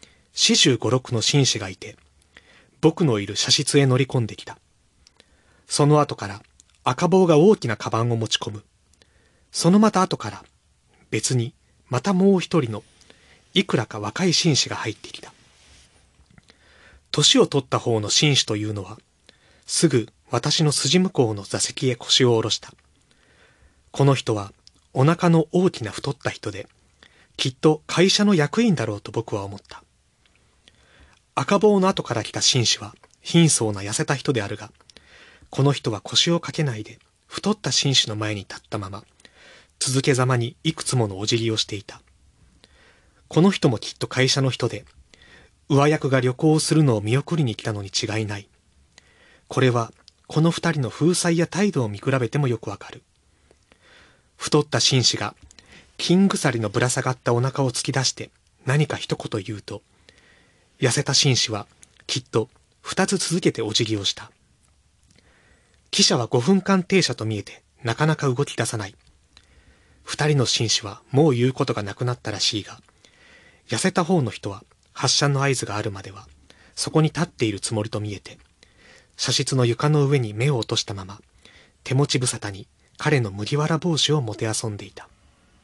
45、6の紳士がいて、僕のいる車室へ乗り込んできた。その後から赤帽が大きなカバンを持ち込む。そのまた後から別にまたもう一人のいくらか若い紳士が入ってきた。年を取った方の紳士というのは、すぐ私の筋向こうの座席へ腰を下ろした。この人はお腹の大きな太った人で、きっと会社の役員だろうと僕は思った。赤帽の後から来た紳士は貧相な痩せた人であるが、この人は腰をかけないで太った紳士の前に立ったまま、続けざまにいくつものお辞儀をしていた。この人もきっと会社の人で、上役が旅行をするのを見送りに来たのに違いない。これはこの二人の風采や態度を見比べてもよくわかる。太った紳士が金鎖のぶら下がったお腹を突き出して何か一言言うと、痩せた紳士はきっと二つ続けてお辞儀をした。汽車は5分間停車と見えてなかなか動き出さない。二人の紳士はもう言うことがなくなったらしいが、痩せた方の人は発車の合図があるまではそこに立っているつもりと見えて、車室の床の上に目を落としたまま、手持ち無沙汰に彼の麦わら帽子をもてあそんでいた。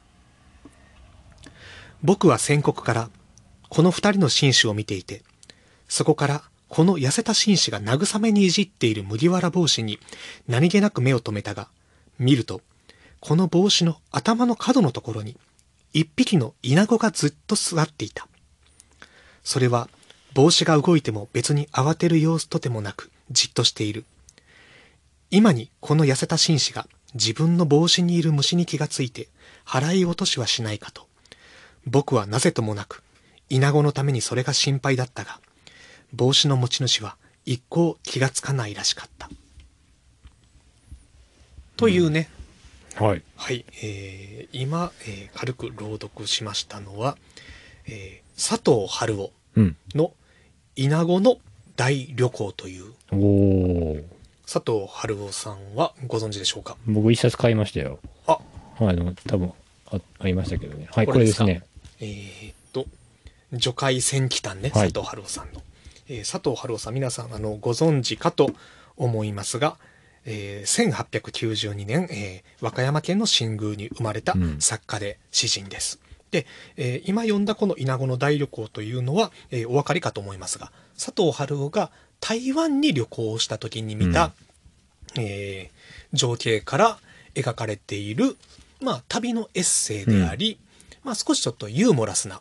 僕は先刻からこの二人の紳士を見ていて、そこからこの痩せた紳士が慰めにいじっている麦わら帽子に何気なく目を留めたが、見るとこの帽子の頭の角のところに一匹のイナゴがずっと座っていた。それは帽子が動いても別に慌てる様子とてもなくじっとしている。今にこの痩せた紳士が自分の帽子にいる虫に気がついて払い落としはしないかと、僕はなぜともなくイナゴのためにそれが心配だったが、帽子の持ち主は一向気がつかないらしかった。というね、 はい。 はい、今、軽く朗読しましたのは、佐藤春夫のイナゴの大旅行という、佐藤春夫さんはご存知でしょうか？ 僕一冊買いましたよ。 あ、 多分ありましたけどね。はい、これですね。 女海戦記譚ね、佐藤春夫さんの。佐藤春夫さん、皆さんご存知かと思いますが、1892年、和歌山県の新宮に生まれた作家で詩人です。で、今読んだこのイナゴの大旅行というのは、お分かりかと思いますが、佐藤春夫が台湾に旅行をした時に見た、情景から描かれている、旅のエッセイであり、少しちょっとユーモラスな、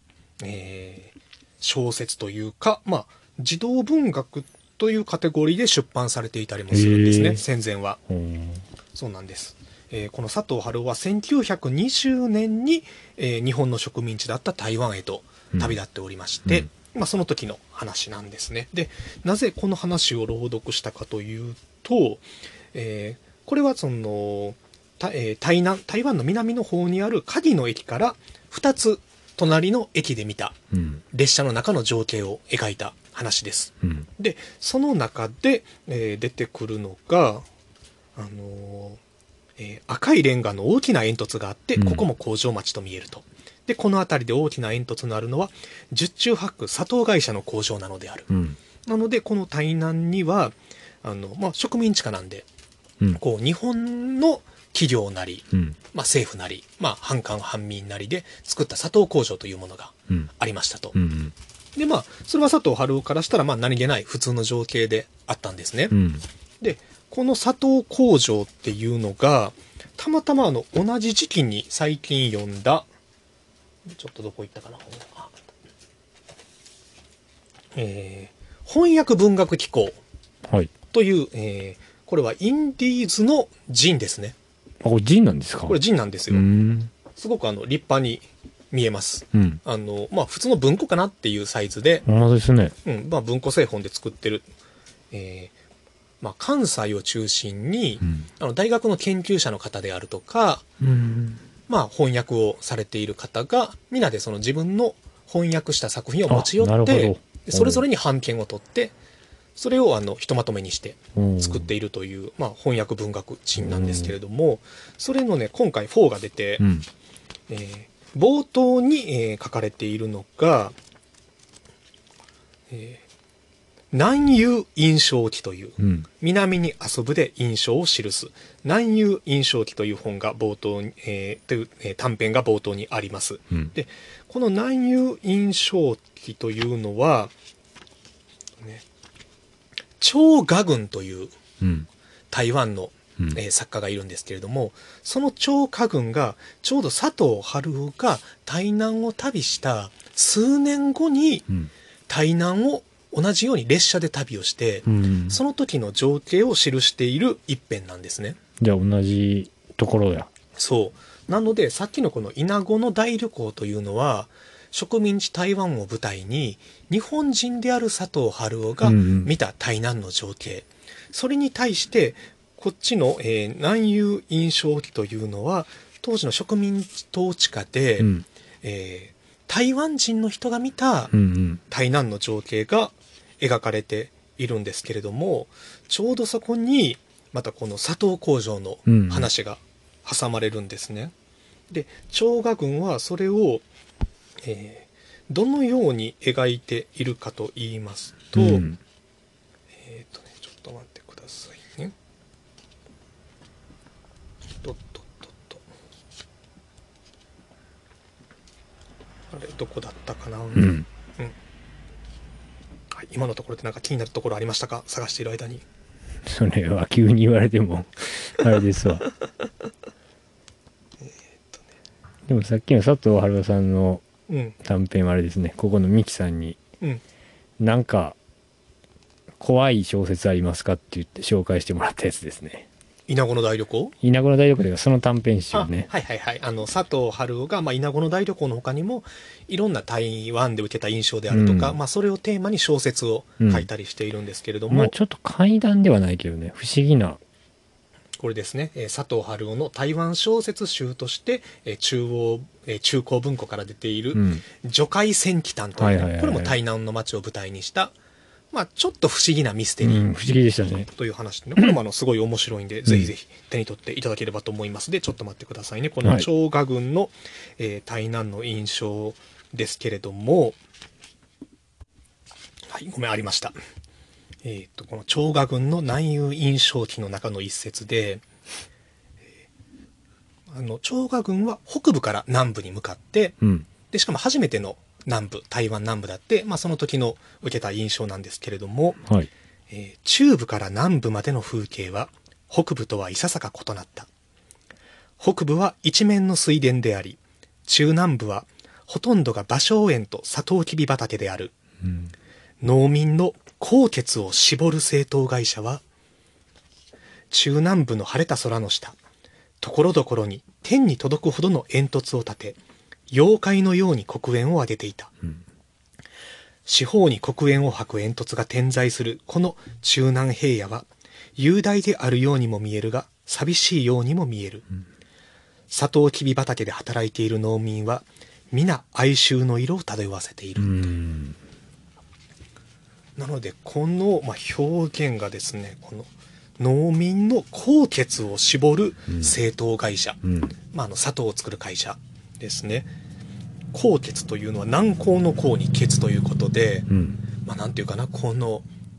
小説というか、児童文学というカテゴリーで出版されていたりもするんですね、戦前は。そうなんです。この佐藤春夫は1920年に、日本の植民地だった台湾へと旅立っておりまして、その時の話なんですね。で、なぜこの話を朗読したかというと、これはその台湾の南の方にある嘉義の駅から2つ隣の駅で見た列車の中の情景を描いた話です。で、その中で、出てくるのが、赤いレンガの大きな煙突があって、ここも工場町と見えると。で、この辺りで大きな煙突のあるのは、十中八九砂糖会社の工場なのである。なので、この台南には、植民地下なんで、こう、日本の企業なり、政府なり、半官半民なりで作った砂糖工場というものがありましたと。で、それは佐藤春夫からしたら、何気ない普通の情景であったんですね。で、この砂糖工場っていうのが、たまたま同じ時期に最近読んだ、ちょっとどこ行ったかな、翻訳文学機構という、これはインディーズのジンですね。 あ、これジンなんですか？ これジンなんですよ。すごく立派に見えます。普通の文庫かなっていうサイズで、 ですね。 文庫製本で作ってる、関西を中心に、大学の研究者の方であるとか、翻訳をされている方が、皆でその自分の翻訳した作品を持ち寄って、それぞれに版権を取って、それをひとまとめにして作っているという、翻訳文学人なんですけれども、それのね、今回4が出て、冒頭に、書かれているのが、南遊印象記という、南に遊ぶで印象を記す南遊印象記という本が冒頭に、という、短編が冒頭にあります。で、この南遊印象記というのは、張雅群という台湾の、作家がいるんですけれども、その張雅群がちょうど佐藤春夫が台南を旅した数年後に台南を同じように列車で旅をして、その時の情景を記している一編なんですね。 じゃあ同じところや。 そう。なのでさっきのこの稲子の大旅行というのは、植民地台湾を舞台に日本人である佐藤春夫が見た台南の情景、それに対してこっちの、南遊印象記というのは当時の植民地統治下で、台湾人の人が見た台南の情景が描かれているんですけれども、ちょうどそこにまたこの砂糖工場の話が挟まれるんですね。で、張雅群はそれをどのように描いているかと言いますと、ちょっと待ってくださいね。あれ、どこだったかな。はい、今のところでなんか気になるところありましたか？探している間に。 それは急に言われてもあれですわ。でもさっきの佐藤春夫さんの短編はあれですね、ここのミキさんに、なんか怖い小説ありますかって言って紹介してもらったやつですね。 稲子の大旅行？ 稲子の大旅行ではその短編集ね。 はいはいはい。佐藤春夫が、稲子の大旅行の他にもいろんな台湾で受けた印象であるとか、それをテーマに小説を書いたりしているんですけれども、 ちょっと怪談ではないけどね、不思議な。 これですね、佐藤春夫の台湾小説集として、中高文庫から出ている女海戦記譚という、これも台南の街を舞台にした、ちょっと不思議なミステリー、 不思議でしたねという話で、ね、これもすごい面白いんで、ぜひぜひ手に取っていただければと思います。で、ちょっと待ってくださいね。この張雅群の、台南の印象ですけれども、はい、ごめん、ありました。この張雅群の南遊印象記の中の一節で、張雅群は北部から南部に向かって、でしかも初めての南部、台湾南部だって、その時の受けた印象なんですけれども、中部から南部までの風景は北部とはいささか異なった。北部は一面の水田であり、中南部はほとんどが芭蕉園とサトウキビ畑である。農民の高血を絞る製糖会社は、中南部の晴れた空の下、ところどころに天に届くほどの煙突を立て、妖怪のように黒煙を上げていた。四方に黒煙を吐く煙突が点在するこの中南平野は、雄大であるようにも見えるが、 寂しいようにも見える。サトウキビ畑で働いている農民は皆哀愁の色を漂わせている。なのでこの、表現がですね、この農民の高血を絞る製糖会社、砂糖を作る会社ですね。高血というのは軟膏の膏に血ということで、なんていうかな、この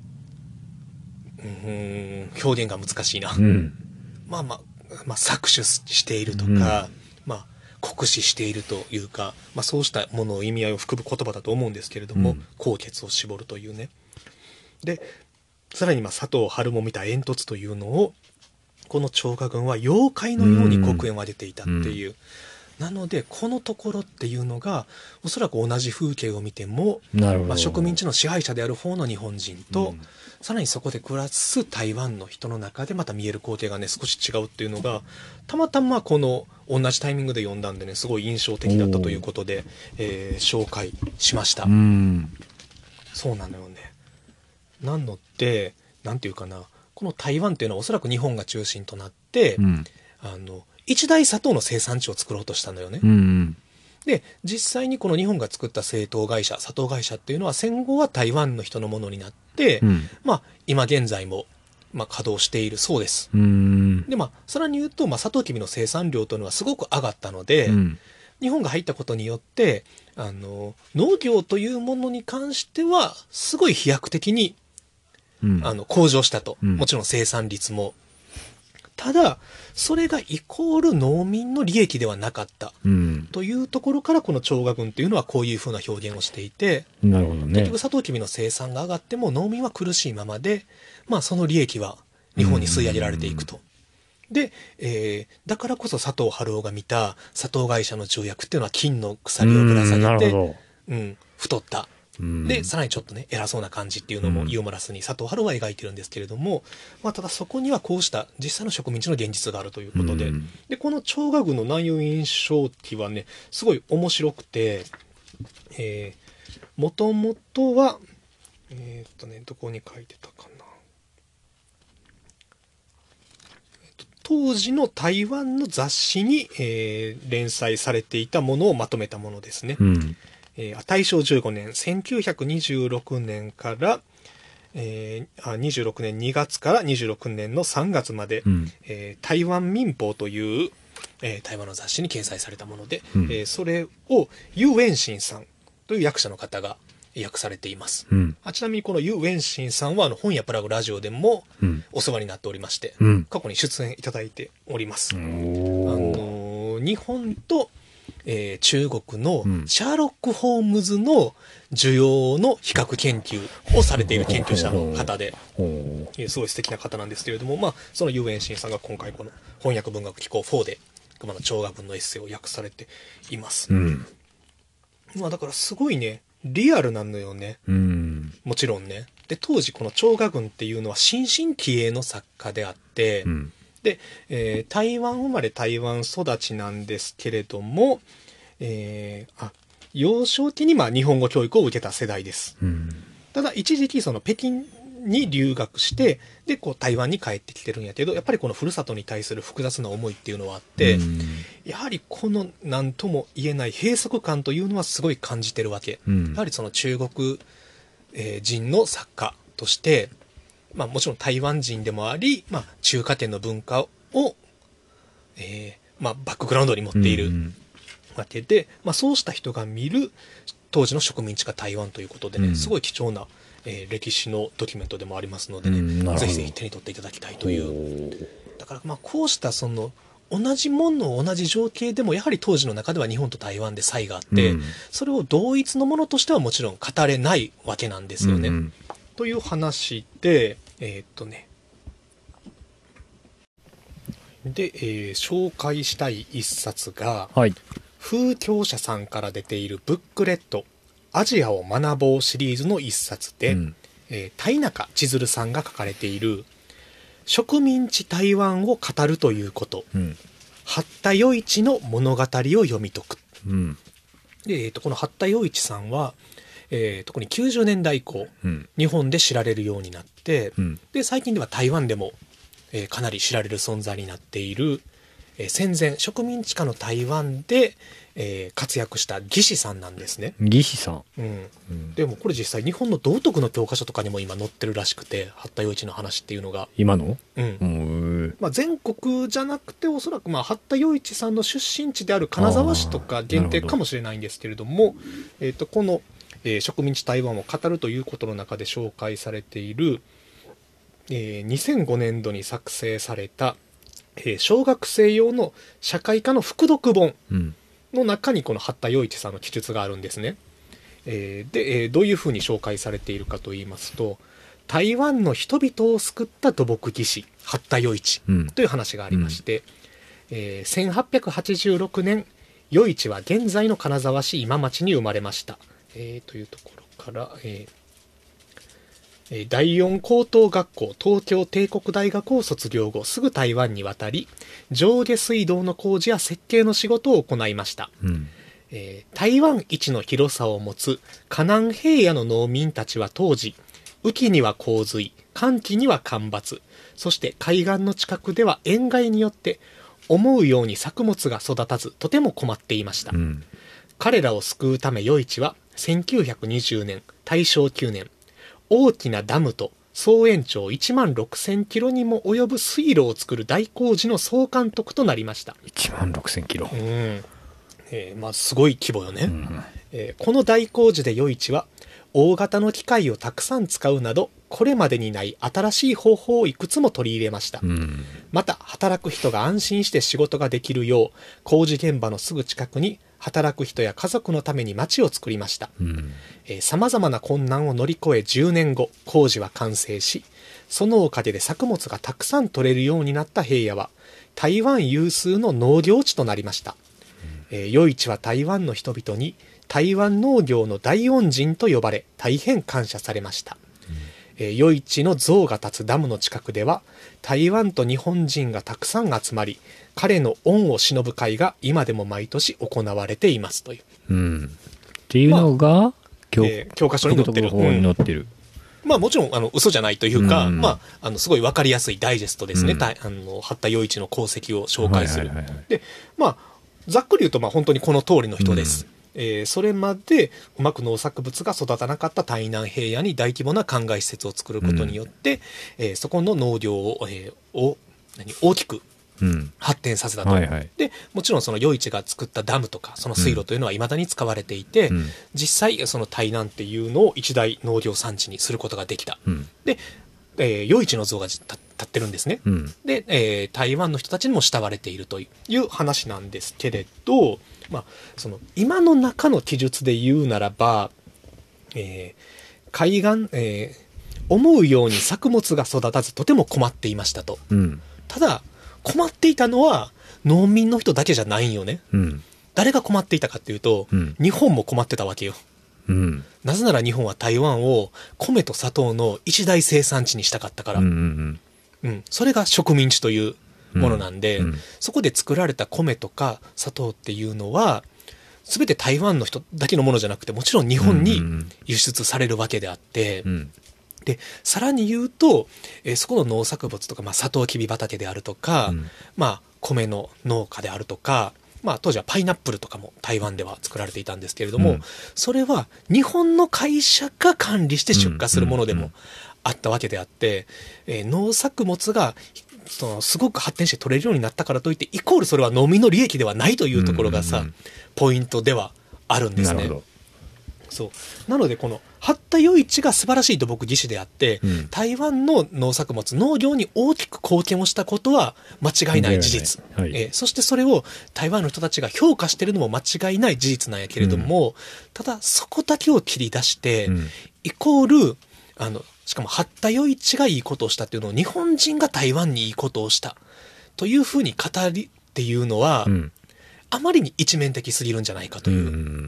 表現が難しいな、搾取しているとか、酷使しているというか、そうしたものを意味合いを含む言葉だと思うんですけれども、高血を絞るというね。でさらに佐藤春も見た煙突というのをこの張家軍は妖怪のように黒煙を当てていたっていう、なのでこのところっていうのがおそらく同じ風景を見ても、植民地の支配者である方の日本人と、さらにそこで暮らす台湾の人の中でまた見える光景がね少し違うっていうのがたまたまこの同じタイミングで読んだんでねすごい印象的だったということで、紹介しました。そうなのよね。なのでなんていうかな、この台湾っていうのはおそらく日本が中心となって、一大砂糖の生産地を作ろうとしたのよね。で実際にこの日本が作った製糖会社砂糖会社っていうのは戦後は台湾の人のものになって、今現在も稼働しているそうです。でさらに言うと、サトウキビの生産量というのはすごく上がったので、日本が入ったことによって農業というものに関してはすごい飛躍的に、向上したと、もちろん生産率も。ただそれがイコール農民の利益ではなかった、というところからこの張家軍っていうのはこういうふうな表現をしていて、 なるほどね、 結局サトウキビの生産が上がっても農民は苦しいままで、その利益は日本に吸い上げられていくと。で、だからこそ佐藤春夫が見た砂糖会社の重役っていうのは金の鎖をぶら下げて、太った。でさらにちょっとね偉そうな感じっていうのもユーモラスに佐藤春夫は描いてるんですけれども、ただそこにはこうした実際の植民地の現実があるということで、でこの張家軍の内容印象記はねすごい面白くて、もともとはどこに書いてたかな、当時の台湾の雑誌に、連載されていたものをまとめたものですね。大正15年1926年から、26年2月から26年の3月まで、台湾民報という、台湾の雑誌に掲載されたもので、それをユ・ウェンシンさんという役者の方が訳されています。ちなみにこのユ・ウェンシンさんは本屋プラグラジオでもお世話になっておりまして、過去に出演いただいております。日本と中国のシャーロック・ホームズの需要の比較研究をされている研究者の方で、すごい素敵な方なんですけれども、そのユーエンシンさんが今回この翻訳文学機構4で熊野張家文のエッセイを訳されています。だからすごいねリアルなのよね、もちろんね。で当時この張家文っていうのは新進気鋭の作家であって、で、台湾生まれ台湾育ちなんですけれども、幼少期に日本語教育を受けた世代です。ただ一時期その北京に留学してで台湾に帰ってきてるんやけど、やっぱりこのふるさとに対する複雑な思いっていうのはあって、やはりこの何とも言えない閉塞感というのはすごい感じてるわけ。やはりその中国、人の作家としてもちろん台湾人でもあり、中華圏の文化を、バックグラウンドに持っているわけで、そうした人が見る当時の植民地が台湾ということでね、すごい貴重な、歴史のドキュメントでもありますのでね、ぜひぜひ手に取っていただきたいという。だからこうしたその同じもの同じ情景でもやはり当時の中では日本と台湾で差異があって、それを同一のものとしてはもちろん語れないわけなんですよね。という話で紹介したい一冊が、風教社さんから出ているブックレットアジアを学ぼうシリーズの一冊で、田中千鶴さんが書かれている植民地台湾を語るということ、八田与一の物語を読み解く。で、この八田与一さんは特に90年代以降、日本で知られるようになって、で最近では台湾でも、 かなり知られる存在になっている、戦前植民地下の台湾で、活躍した義士さんなんですね。 義士さん、 でもこれ実際日本の道徳の教科書とかにも今載ってるらしくて、八田陽一の話っていうのが今の、 全国じゃなくておそらく八田陽一さんの出身地である金沢市とか限定かもしれないんですけれども、この、植民地台湾を語るということの中で紹介されている、2005年度に作成された、小学生用の社会科の副読本の中にこの八田陽一さんの記述があるんですね。で、どういうふうに紹介されているかと言いますと、台湾の人々を救った土木技師八田陽一という話がありまして、1886年陽一は現在の金沢市今町に生まれました、というところから、第四高等学校東京帝国大学を卒業後すぐ台湾に渡り、上下水道の工事や設計の仕事を行いました、台湾一の広さを持つ河南平野の農民たちは当時、雨季には洪水、乾季には干ばつ、そして海岸の近くでは塩害によって思うように作物が育たずとても困っていました、彼らを救うため余一は1920年大正9年大きなダムと総延長1万6000キロにも及ぶ水路を作る大工事の総監督となりました。 1万6000キロ、 すごい規模よね、この大工事で余一は大型の機械をたくさん使うなどこれまでにない新しい方法をいくつも取り入れました、また働く人が安心して仕事ができるよう工事現場のすぐ近くに働く人や家族のために町を作りました。さまざまな困難を乗り越え10年後工事は完成し、そのおかげで作物がたくさん取れるようになった平野は台湾有数の農業地となりました。余一は台湾の人々に台湾農業の大恩人と呼ばれ大変感謝されました。余一の像が立つダムの近くでは台湾と日本人がたくさん集まり、彼の恩を偲ぶ会が今でも毎年行われていますという、 っていうのが、 教科書に載ってる、もちろん嘘じゃないというか、すごい分かりやすいダイジェストですね、八田陽一の功績を紹介する。で、ざっくり言うと本当にこの通りの人です。それまでうまく農作物が育たなかった台南平野に大規模な灌漑施設を作ることによって、そこの農業を、大きく発展させたと、でもちろんその余一が作ったダムとかその水路というのは未だに使われていて、実際その台南っていうのを一大農業産地にすることができた、で、余一の像が立ってるんですね、で、台湾の人たちにも慕われているという話なんですけれど、その今の中の記述で言うならば、海岸、思うように作物が育たずとても困っていましたと、ただ困っていたのは農民の人だけじゃないんよね、誰が困っていたかっていうと、日本も困ってたわけよ、なぜなら日本は台湾を米と砂糖の一大生産地にしたかったから、それが植民地というものなんで、そこで作られた米とか砂糖っていうのは全て台湾の人だけのものじゃなくて、もちろん日本に輸出されるわけであって、でさらに言うと、そこの農作物とか、サトウキビ畑であるとか、米の農家であるとか、当時はパイナップルとかも台湾では作られていたんですけれども、それは日本の会社が管理して出荷するものでもあったわけであって、農作物がすごく発展して取れるようになったからといってイコールそれは農民の利益ではないというところがポイントではあるんですね。そうなのでこの八田余一が素晴らしい土木技師であって、台湾の農作物農業に大きく貢献をしたことは間違いない事実、そしてそれを台湾の人たちが評価しているのも間違いない事実なんやけれども、ただそこだけを切り出して、イコールしかも八田余一がいいことをしたっていうのを日本人が台湾にいいことをしたというふうに語りっていうのは、あまりに一面的すぎるんじゃないかという、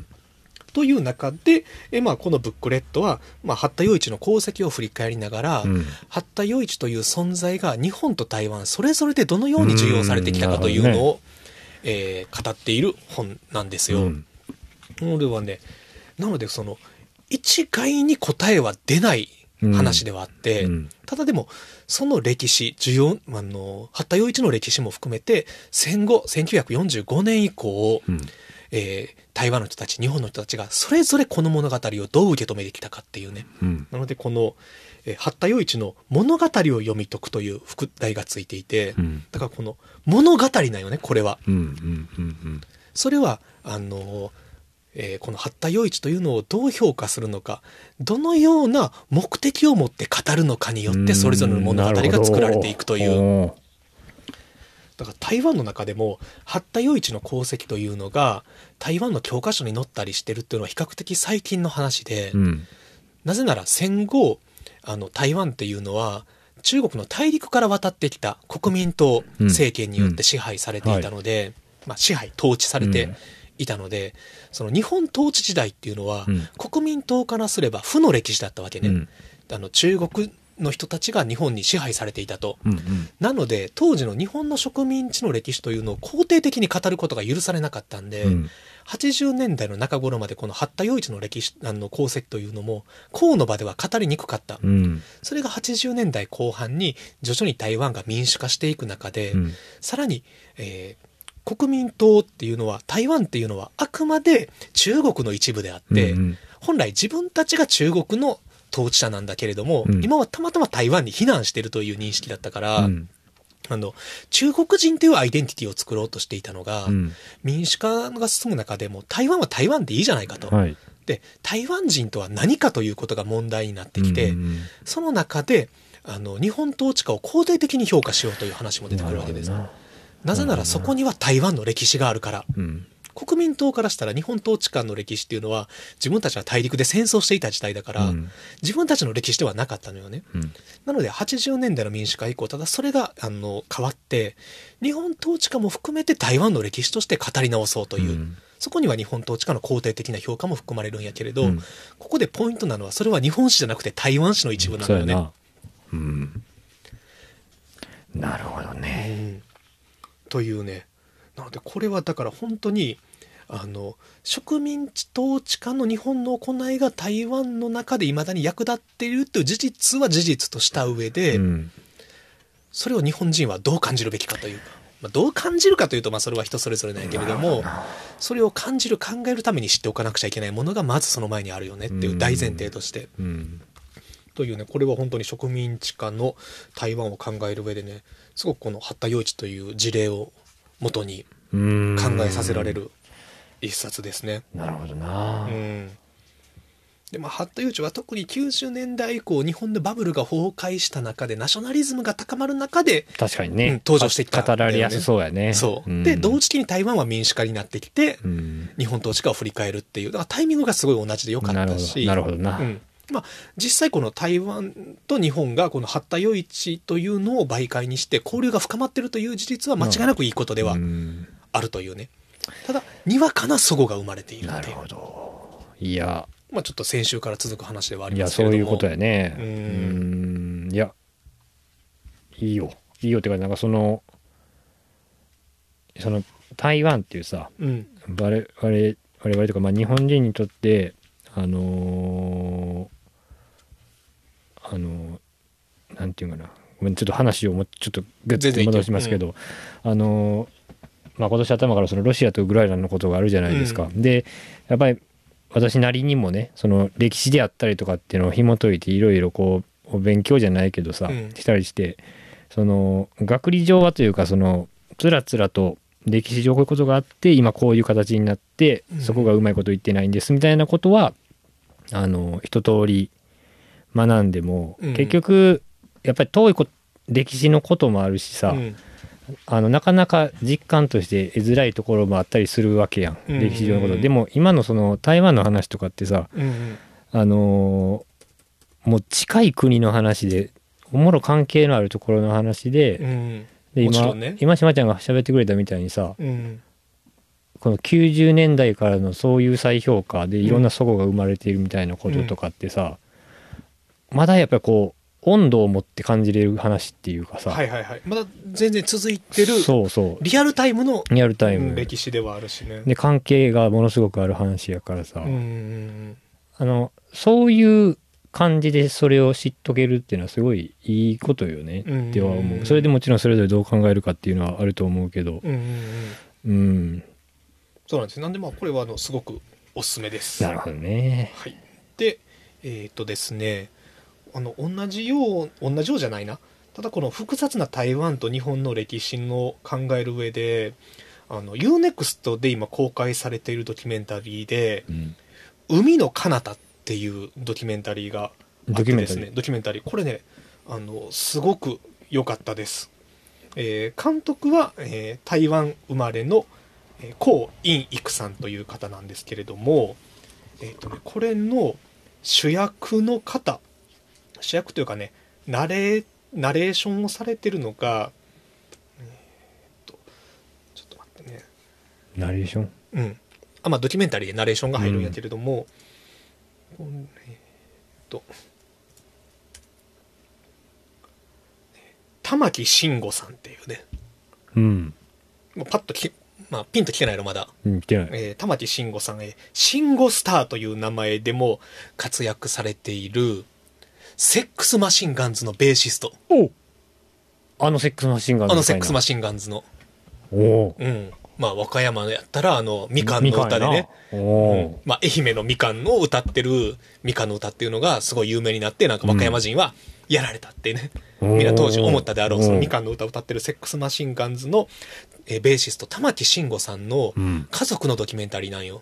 という中で、このブックレットは、八田余一の功績を振り返りながら、八田余一という存在が日本と台湾それぞれでどのように受容されてきたかというのを、語っている本なんですよ。これはね、なのでその一概に答えは出ない話ではあって、ただでもその歴史八田洋一の歴史も含めて戦後1945年以降、台湾の人たち日本の人たちがそれぞれこの物語をどう受け止めてきたかっていうね、なのでこの八田洋一の物語を読み解くという副題がついていて、だからこの物語なんよねこれは、それはこの八田洋一というのをどう評価するのか、どのような目的を持って語るのかによってそれぞれの物語が作られていくという。だから台湾の中でも八田洋一の功績というのが台湾の教科書に載ったりしてるっていうのは比較的最近の話で、なぜなら戦後台湾っていうのは中国の大陸から渡ってきた国民党政権によって支配されていたので、支配統治されていたので、その日本統治時代っていうのは、国民党からすれば負の歴史だったわけね、中国の人たちが日本に支配されていたと、なので当時の日本の植民地の歴史というのを肯定的に語ることが許されなかったんで、80年代の中頃までこの八田洋一の歴史功績というのも公の場では語りにくかった、それが80年代後半に徐々に台湾が民主化していく中で、さらに、国民党っていうのは台湾っていうのはあくまで中国の一部であって、本来自分たちが中国の統治者なんだけれども、今はたまたま台湾に避難しているという認識だったから、中国人というアイデンティティを作ろうとしていたのが、民主化が進む中でも台湾は台湾でいいじゃないかと、で台湾人とは何かということが問題になってきて、その中で日本統治下を肯定的に評価しようという話も出てくるわけです。なぜならそこには台湾の歴史があるから、国民党からしたら日本統治下の歴史っていうのは自分たちは大陸で戦争していた時代だから、自分たちの歴史ではなかったのよね、なので80年代の民主化以降、ただそれが変わって日本統治下も含めて台湾の歴史として語り直そうという、そこには日本統治下の肯定的な評価も含まれるんやけれど、ここでポイントなのはそれは日本史じゃなくて台湾史の一部なのよね。 なるほどね、 というね。なのでこれはだから本当に植民地統治下の日本の行いが台湾の中でいまだに役立っているという事実は事実とした上で、それを日本人はどう感じるべきかというか、どう感じるかというとそれは人それぞれなんやけれども、それを感じる考えるために知っておかなくちゃいけないものがまずその前にあるよねっていう大前提として、というね、これは本当に植民地下の台湾を考える上でね、すごくこの八田洋一という事例を元に考えさせられる一冊ですね。 なるほどな。 で八田洋一は特に90年代以降日本でバブルが崩壊した中でナショナリズムが高まる中で確かにね、 登場してきた、 語られやすそうやね。 で同時期に台湾は民主化になってきて、日本統治下を振り返るっていう、だからタイミングがすごい同じでよかったし、 なるほどな。 実際この台湾と日本がこの八田洋一というのを媒介にして交流が深まっているという事実は間違いなくいいことではあるというね。ただにわかな齟齬が生まれているっていう。 なるほど。いや、 ちょっと先週から続く話ではありますけれども、 いやそういうことやね。いやいいよっていうか、なんかその台湾っていうさ、我々とか日本人にとってなんていうかな、ごめんちょっと話をちょっとグッと戻しますけど、今年頭からそのロシアとウクライナのことがあるじゃないですか。でやっぱり私なりにもね、その歴史であったりとかっていうのを紐解いていろいろこうお勉強じゃないけどさ、したりして、その学理上はというか、そのつらつらと歴史上こういうことがあって今こういう形になって、そこがうまいこと言ってないんですみたいなことは一通り学んでも、結局やっぱり遠い歴史のこともあるしさ、なかなか実感として得づらいところもあったりするわけやん、歴史上のこと。でも今のその台湾の話とかってさ、もう近い国の話でおもろ関係のあるところの話で、で今島ちゃんが喋ってくれたみたいにさ、この90年代からのそういう再評価でいろんな齟齬が生まれているみたいなこととかってさ、まだやっぱりこう温度を持って感じれる話っていうかさ、 まだ全然続いてる、リアルタイムの歴史ではあるしね。 で関係がものすごくある話やからさ、そういう感じでそれを知っとけるっていうのはすごいいいことよねっては思う。それでもちろんそれぞれどう考えるかっていうのはあると思うけど、 そうなんです。なんでこれはすごくおすすめです。 なるほどね。 はい。でですね、同じようじゃないな。ただこの複雑な台湾と日本の歴史の考える上で、UNEXT で今公開されているドキュメンタリーで、海の彼方っていうドキュメンタリーがあってですね、ドキュメンタリーこれね、すごく良かったです。監督は、台湾生まれのコウ・インイクさんという方なんですけれども、これの主役というかね、ナレーションをされてるのが、ちょっと待ってね、 ナレーション、 ドキュメンタリーでナレーションが入るんやけれども、玉木慎吾さんっていうね、もうパッとピンと来てないのまだ、玉木慎吾さん、慎吾スターという名前でも活躍されているセックスマシンガンズのベーシスト。 セックスマシンガンズセックスマシンガンズの和歌山やったらみかんの歌でね、愛媛のみかんを歌ってるみかんの歌っていうのがすごい有名になって、和歌山人はやられたってね、みんな当時思ったであろうそのみかんの歌を歌ってるセックスマシンガンズのベーシスト玉木慎吾さんの家族のドキュメンタリーなんよ。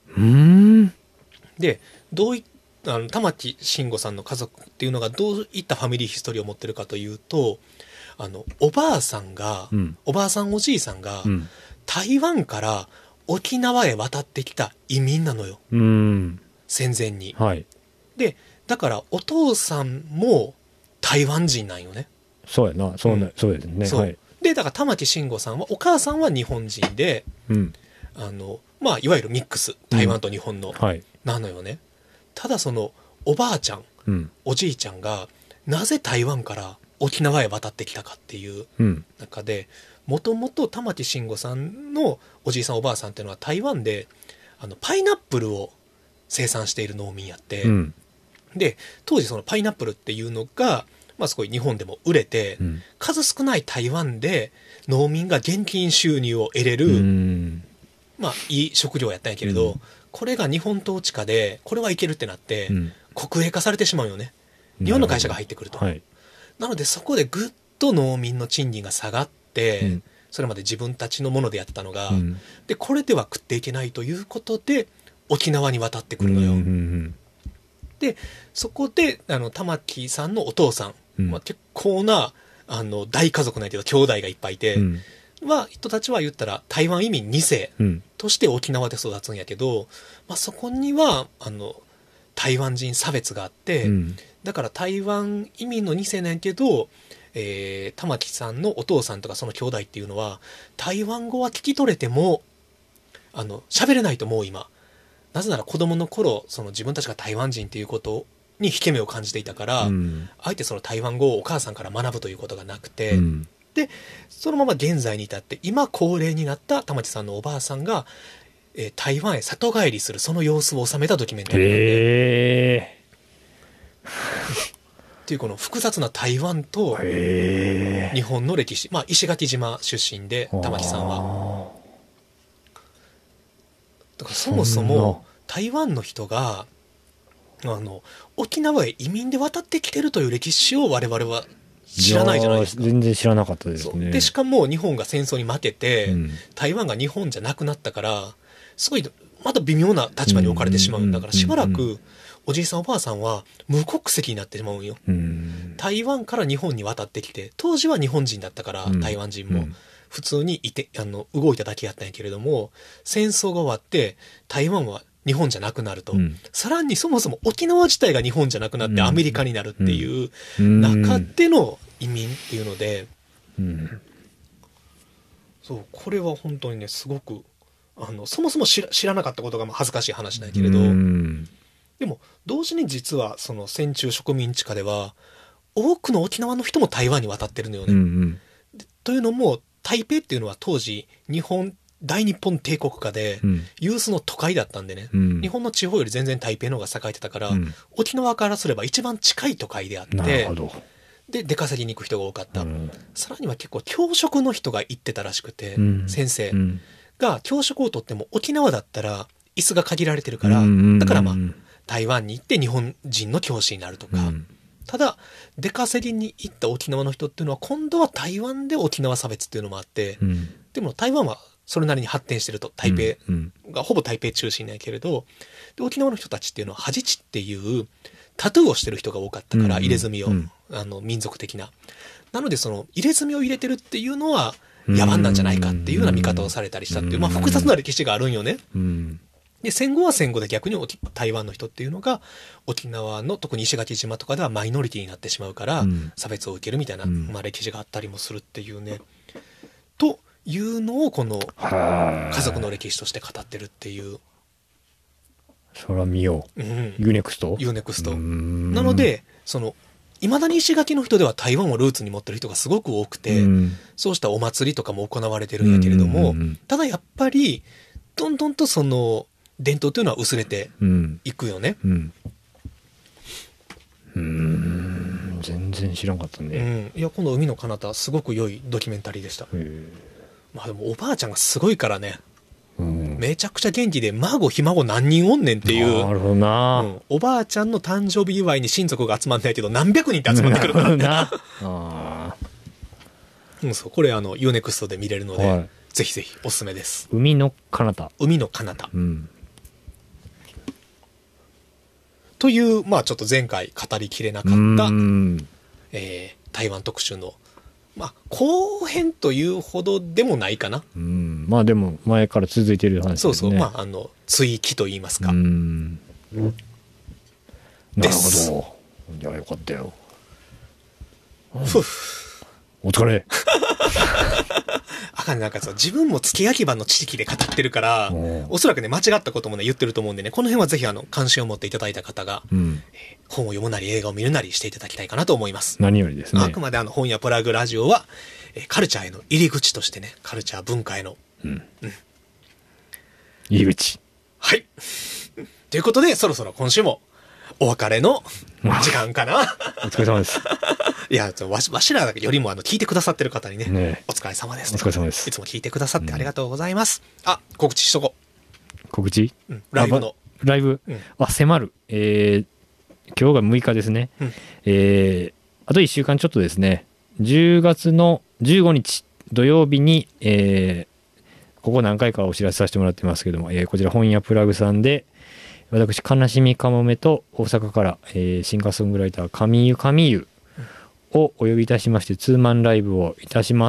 で玉木慎吾さんの家族っていうのがどういったファミリーヒストリーを持ってるかというと、おばあさんおじいさんが、台湾から沖縄へ渡ってきた移民なのよ、戦前に、でだからお父さんも台湾人なんよね。 そうやな、そうですね。 でだから玉木慎吾さんはお母さんは日本人で、いわゆるミックス、台湾と日本の、なのよね。ただそのおばあちゃん、おじいちゃんがなぜ台湾から沖縄へ渡ってきたかっていう中で、もともと玉木慎吾さんのおじいさんおばあさんっていうのは台湾でパイナップルを生産している農民やって、で当時そのパイナップルっていうのが、すごい日本でも売れて、数少ない台湾で農民が現金収入を得れる、いい食料やったんやけれど、これが日本統治下でこれはいけるってなって、国営化されてしまうよね。日本の会社が入ってくると、なのでそこでぐっと農民の賃金が下がって、それまで自分たちのものでやってたのが、でこれでは食っていけないということで沖縄に渡ってくるのよ。でそこで玉木さんのお父さん、結構な大家族なんやけど兄弟がいっぱいいて、人たちは言ったら台湾移民2世として沖縄で育つんやけど、そこには台湾人差別があって、だから台湾移民の2世なんやけど、玉木さんのお父さんとかその兄弟っていうのは台湾語は聞き取れても喋れないと思う今。なぜなら子供の頃その自分たちが台湾人っていうことに引け目を感じていたから、あえてその台湾語をお母さんから学ぶということがなくて、でそのまま現在に至って今高齢になった玉木さんのおばあさんが、台湾へ里帰りするその様子を収めたドキュメンタリーなんで、っていうこの複雑な台湾と日本の歴史、石垣島出身で玉木さんはだからそもそも台湾の人が沖縄へ移民で渡ってきてるという歴史を我々は知らないじゃないですか。 全然知らなかったですね。 でしかも日本が戦争に負けて、台湾が日本じゃなくなったからすごいまた微妙な立場に置かれてしまうんだから、しばらくおじいさんおばあさんは無国籍になってしまうんよ。台湾から日本に渡ってきて、当時は日本人だったから、台湾人も普通に動いただけやったんやけれども、戦争が終わって台湾は日本じゃなくなると、さらにそもそも沖縄自体が日本じゃなくなってアメリカになるっていう中での移民っていうので、そうこれは本当にねすごくそもそも知らなかったことが恥ずかしい話なんやけれど、でも同時に実はその戦中植民地下では多くの沖縄の人も台湾に渡ってるのよね。というのも台北っていうのは当時日本大日本帝国下で、有数の都会だったんでね、日本の地方より全然台北の方が栄えてたから、沖縄からすれば一番近い都会であって、で、出稼ぎに行く人が多かった。さらには結構教職の人が行ってたらしくて、先生が教職を取っても沖縄だったら椅子が限られてるから、だからまあ、台湾に行って日本人の教師になるとか、ただ、出稼ぎに行った沖縄の人っていうのは、今度は台湾で沖縄差別っていうのもあって、でも台湾はそれなりに発展してると、台北がほぼ台北中心なんやけれど、で沖縄の人たちっていうのは、ハジチっていうタトゥーをしてる人が多かったから、入れ墨を、民族的な。なので、その入れ墨を入れてるっていうのは、野蛮なんじゃないかっていうような見方をされたりしたっていう、まあ複雑な歴史があるんよね。で、戦後は戦後で逆に台湾の人っていうのが、沖縄の特に石垣島とかではマイノリティになってしまうから、差別を受けるみたいな、まあ歴史があったりもするっていうね。というのをこの家族の歴史として語ってるっていう。 そら見よう。ユネクスト？ ユネクスト。なので、その、未だに石垣の人では台湾をルーツに持ってる人がすごく多くて、そうしたお祭りとかも行われてるんやけれども、ただやっぱり、どんどんとその、伝統というのは薄れていくよね。 全然知らんかったね。 いや、この海の彼方、すごく良いドキュメンタリーでした。まあでもおばあちゃんがすごいからね。めちゃくちゃ元気で、孫ひ孫何人おんねんっていう。 なるほどな、 おばあちゃんの誕生日祝いに親族が集まんないけど、何百人って集まってくるからね。そう、これユーネクストで見れるので、ぜひぜひおすすめです。 海の彼方。 海の彼方。という、まあちょっと前回語りきれなかった、台湾特集の、まあ後編というほどでもないかな。 まあでも前から続いてる話ですね。 そうそう、まあ追記と言いますか。 なるほど。いや、よかったよ。お疲れ。 あかんね、なんかさ、自分も月焼き場の知識で語ってるから、おそらくね、間違ったこともね、言ってると思うんでね、この辺はぜひ関心を持っていただいた方が、本を読むなり映画を見るなりしていただきたいかなと思います。 何よりですね。 あくまで本やプラグラジオは、カルチャーへの入り口としてね、カルチャー文化への、 入り口。 はい。ということで、そろそろ今週もお別れの時間かな。 お疲れ様です。 いや、わしらよりも聞いてくださってる方にね、お疲れ様です。 お疲れ様です。 いつも聞いてくださってありがとうございます。告知しとこう。告知？ ライブの。 ライブ、迫る。今日が6日ですね。あと1週間ちょっとですね、10月の15日土曜日に、ここ何回かお知らせさせてもらってますけども、こちら本屋プラグさんで、私、悲しみかもめと大阪から、シンガーソングライター、神湯をお呼びいたしまして、ツーマンライブをいたします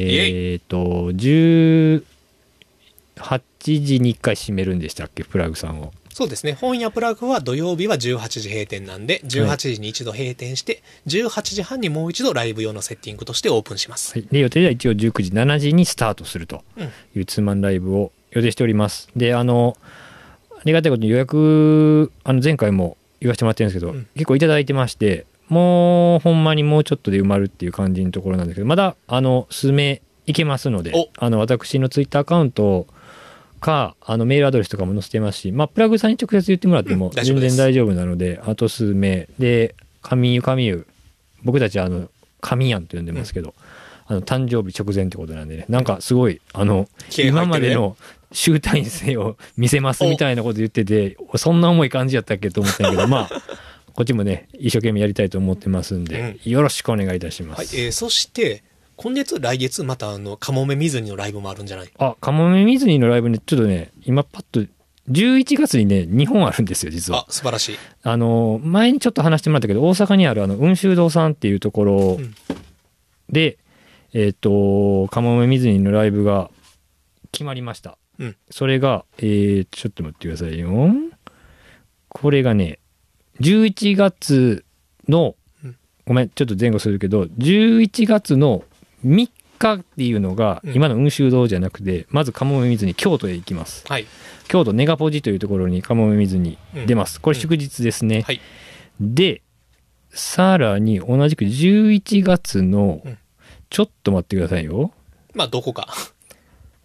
。18時に1回閉めるんでしたっけ、プラグさんを。 そうですね。本屋プラグは土曜日は18時閉店なんで、18時に一度閉店して、18時半にもう一度ライブ用のセッティングとしてオープンします。 で、予定では一応19時、7時にスタートするというツーマンライブを予定しております。で、ありがたいことに予約、前回も言わせてもらってるんですけど、結構いただいてまして、もうほんまにもうちょっとで埋まるっていう感じのところなんですけど、まだ数名いけますので、私のツイッターアカウントかメールアドレスとかも載せてますし、まあプラグさんに直接言ってもらっても全然大丈夫なので、あと数名で、神湯僕たち神やんと呼んでますけど、誕生日直前ってことなんでね、なんかすごい今までの集大成を見せますみたいなこと言ってて、そんな重い感じやったっけと思ったんやけど、まあこっちもね、一生懸命やりたいと思ってますんで、よろしくお願いいたします。 はい、そして、今月、来月、またカモメ水煮のライブもあるんじゃない？ カモメ水煮のライブね、ちょっとね、今パッと、11月にね、2本あるんですよ、実は。 素晴らしい。 前にちょっと話してもらったけど、大阪にある雲州堂さんっていうところで、カモメ水煮のライブが決まりました。それが、ちょっと待ってくださいよ。これがね、11月の、ごめん、ちょっと前後するけど、11月の3日っていうのが、今の雲州堂じゃなくて、まずカモメ水煮、京都へ行きます。 はい、 京都ネガポジというところにカモメ水煮出ます。これ祝日ですね。で、さらに同じく11月の、ちょっと待ってくださいよ。 まあ、どこか。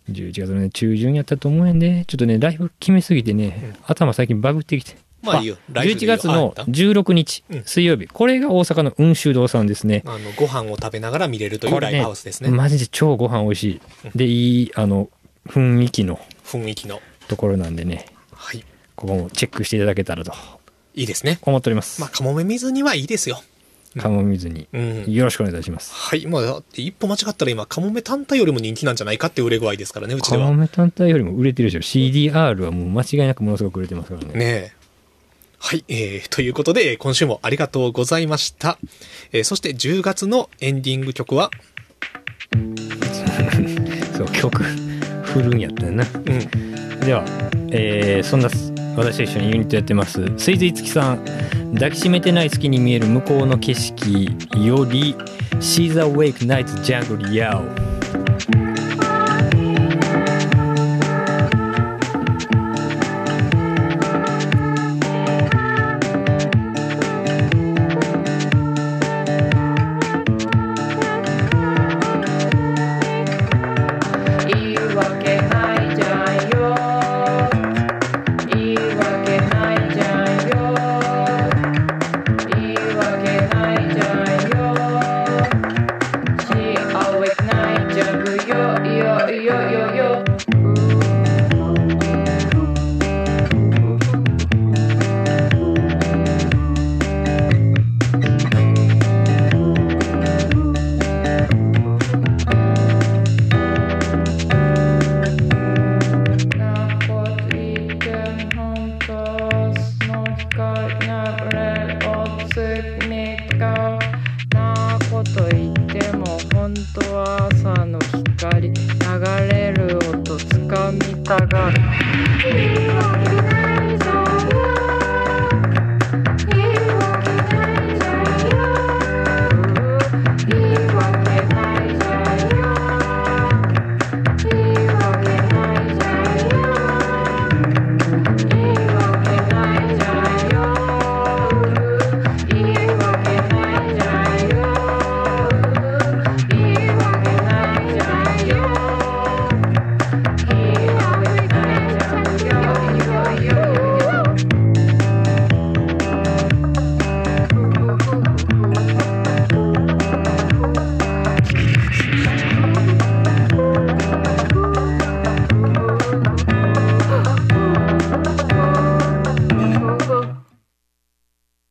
11月のね、中旬やったと思うんで、ちょっとね、ライブ決めすぎてね、頭最近バグってきて。 まあいいよ。 11月の16日、水曜日。これが大阪の雲州堂さんですね。 ご飯を食べながら見れるというライブハウスですね。 マジで超ご飯美味しい。で、いい、雰囲気のところなんでね。 はい。 ここもチェックしていただけたらと。 いいですね。 思っております。 まあ、かもめ水にはいいですよ。 かもめ水に。よろしくお願いいたします。 はい。まあ、だって一歩間違ったら今、かもめ単体よりも人気なんじゃないかって売れ具合ですからね、うちでは。 かもめ単体よりも売れてるでしょ。CDR はもう間違いなくものすごく売れてますからね。 ねえ。はい。ということで、今週もありがとうございました。そして10月のエンディング曲はそう、曲、振るんやったよな。では、そんな、私と一緒にユニットやってます、スイズイツキさん、抱きしめてない月に見える向こうの景色より、She's Awake Night Jungle Yao。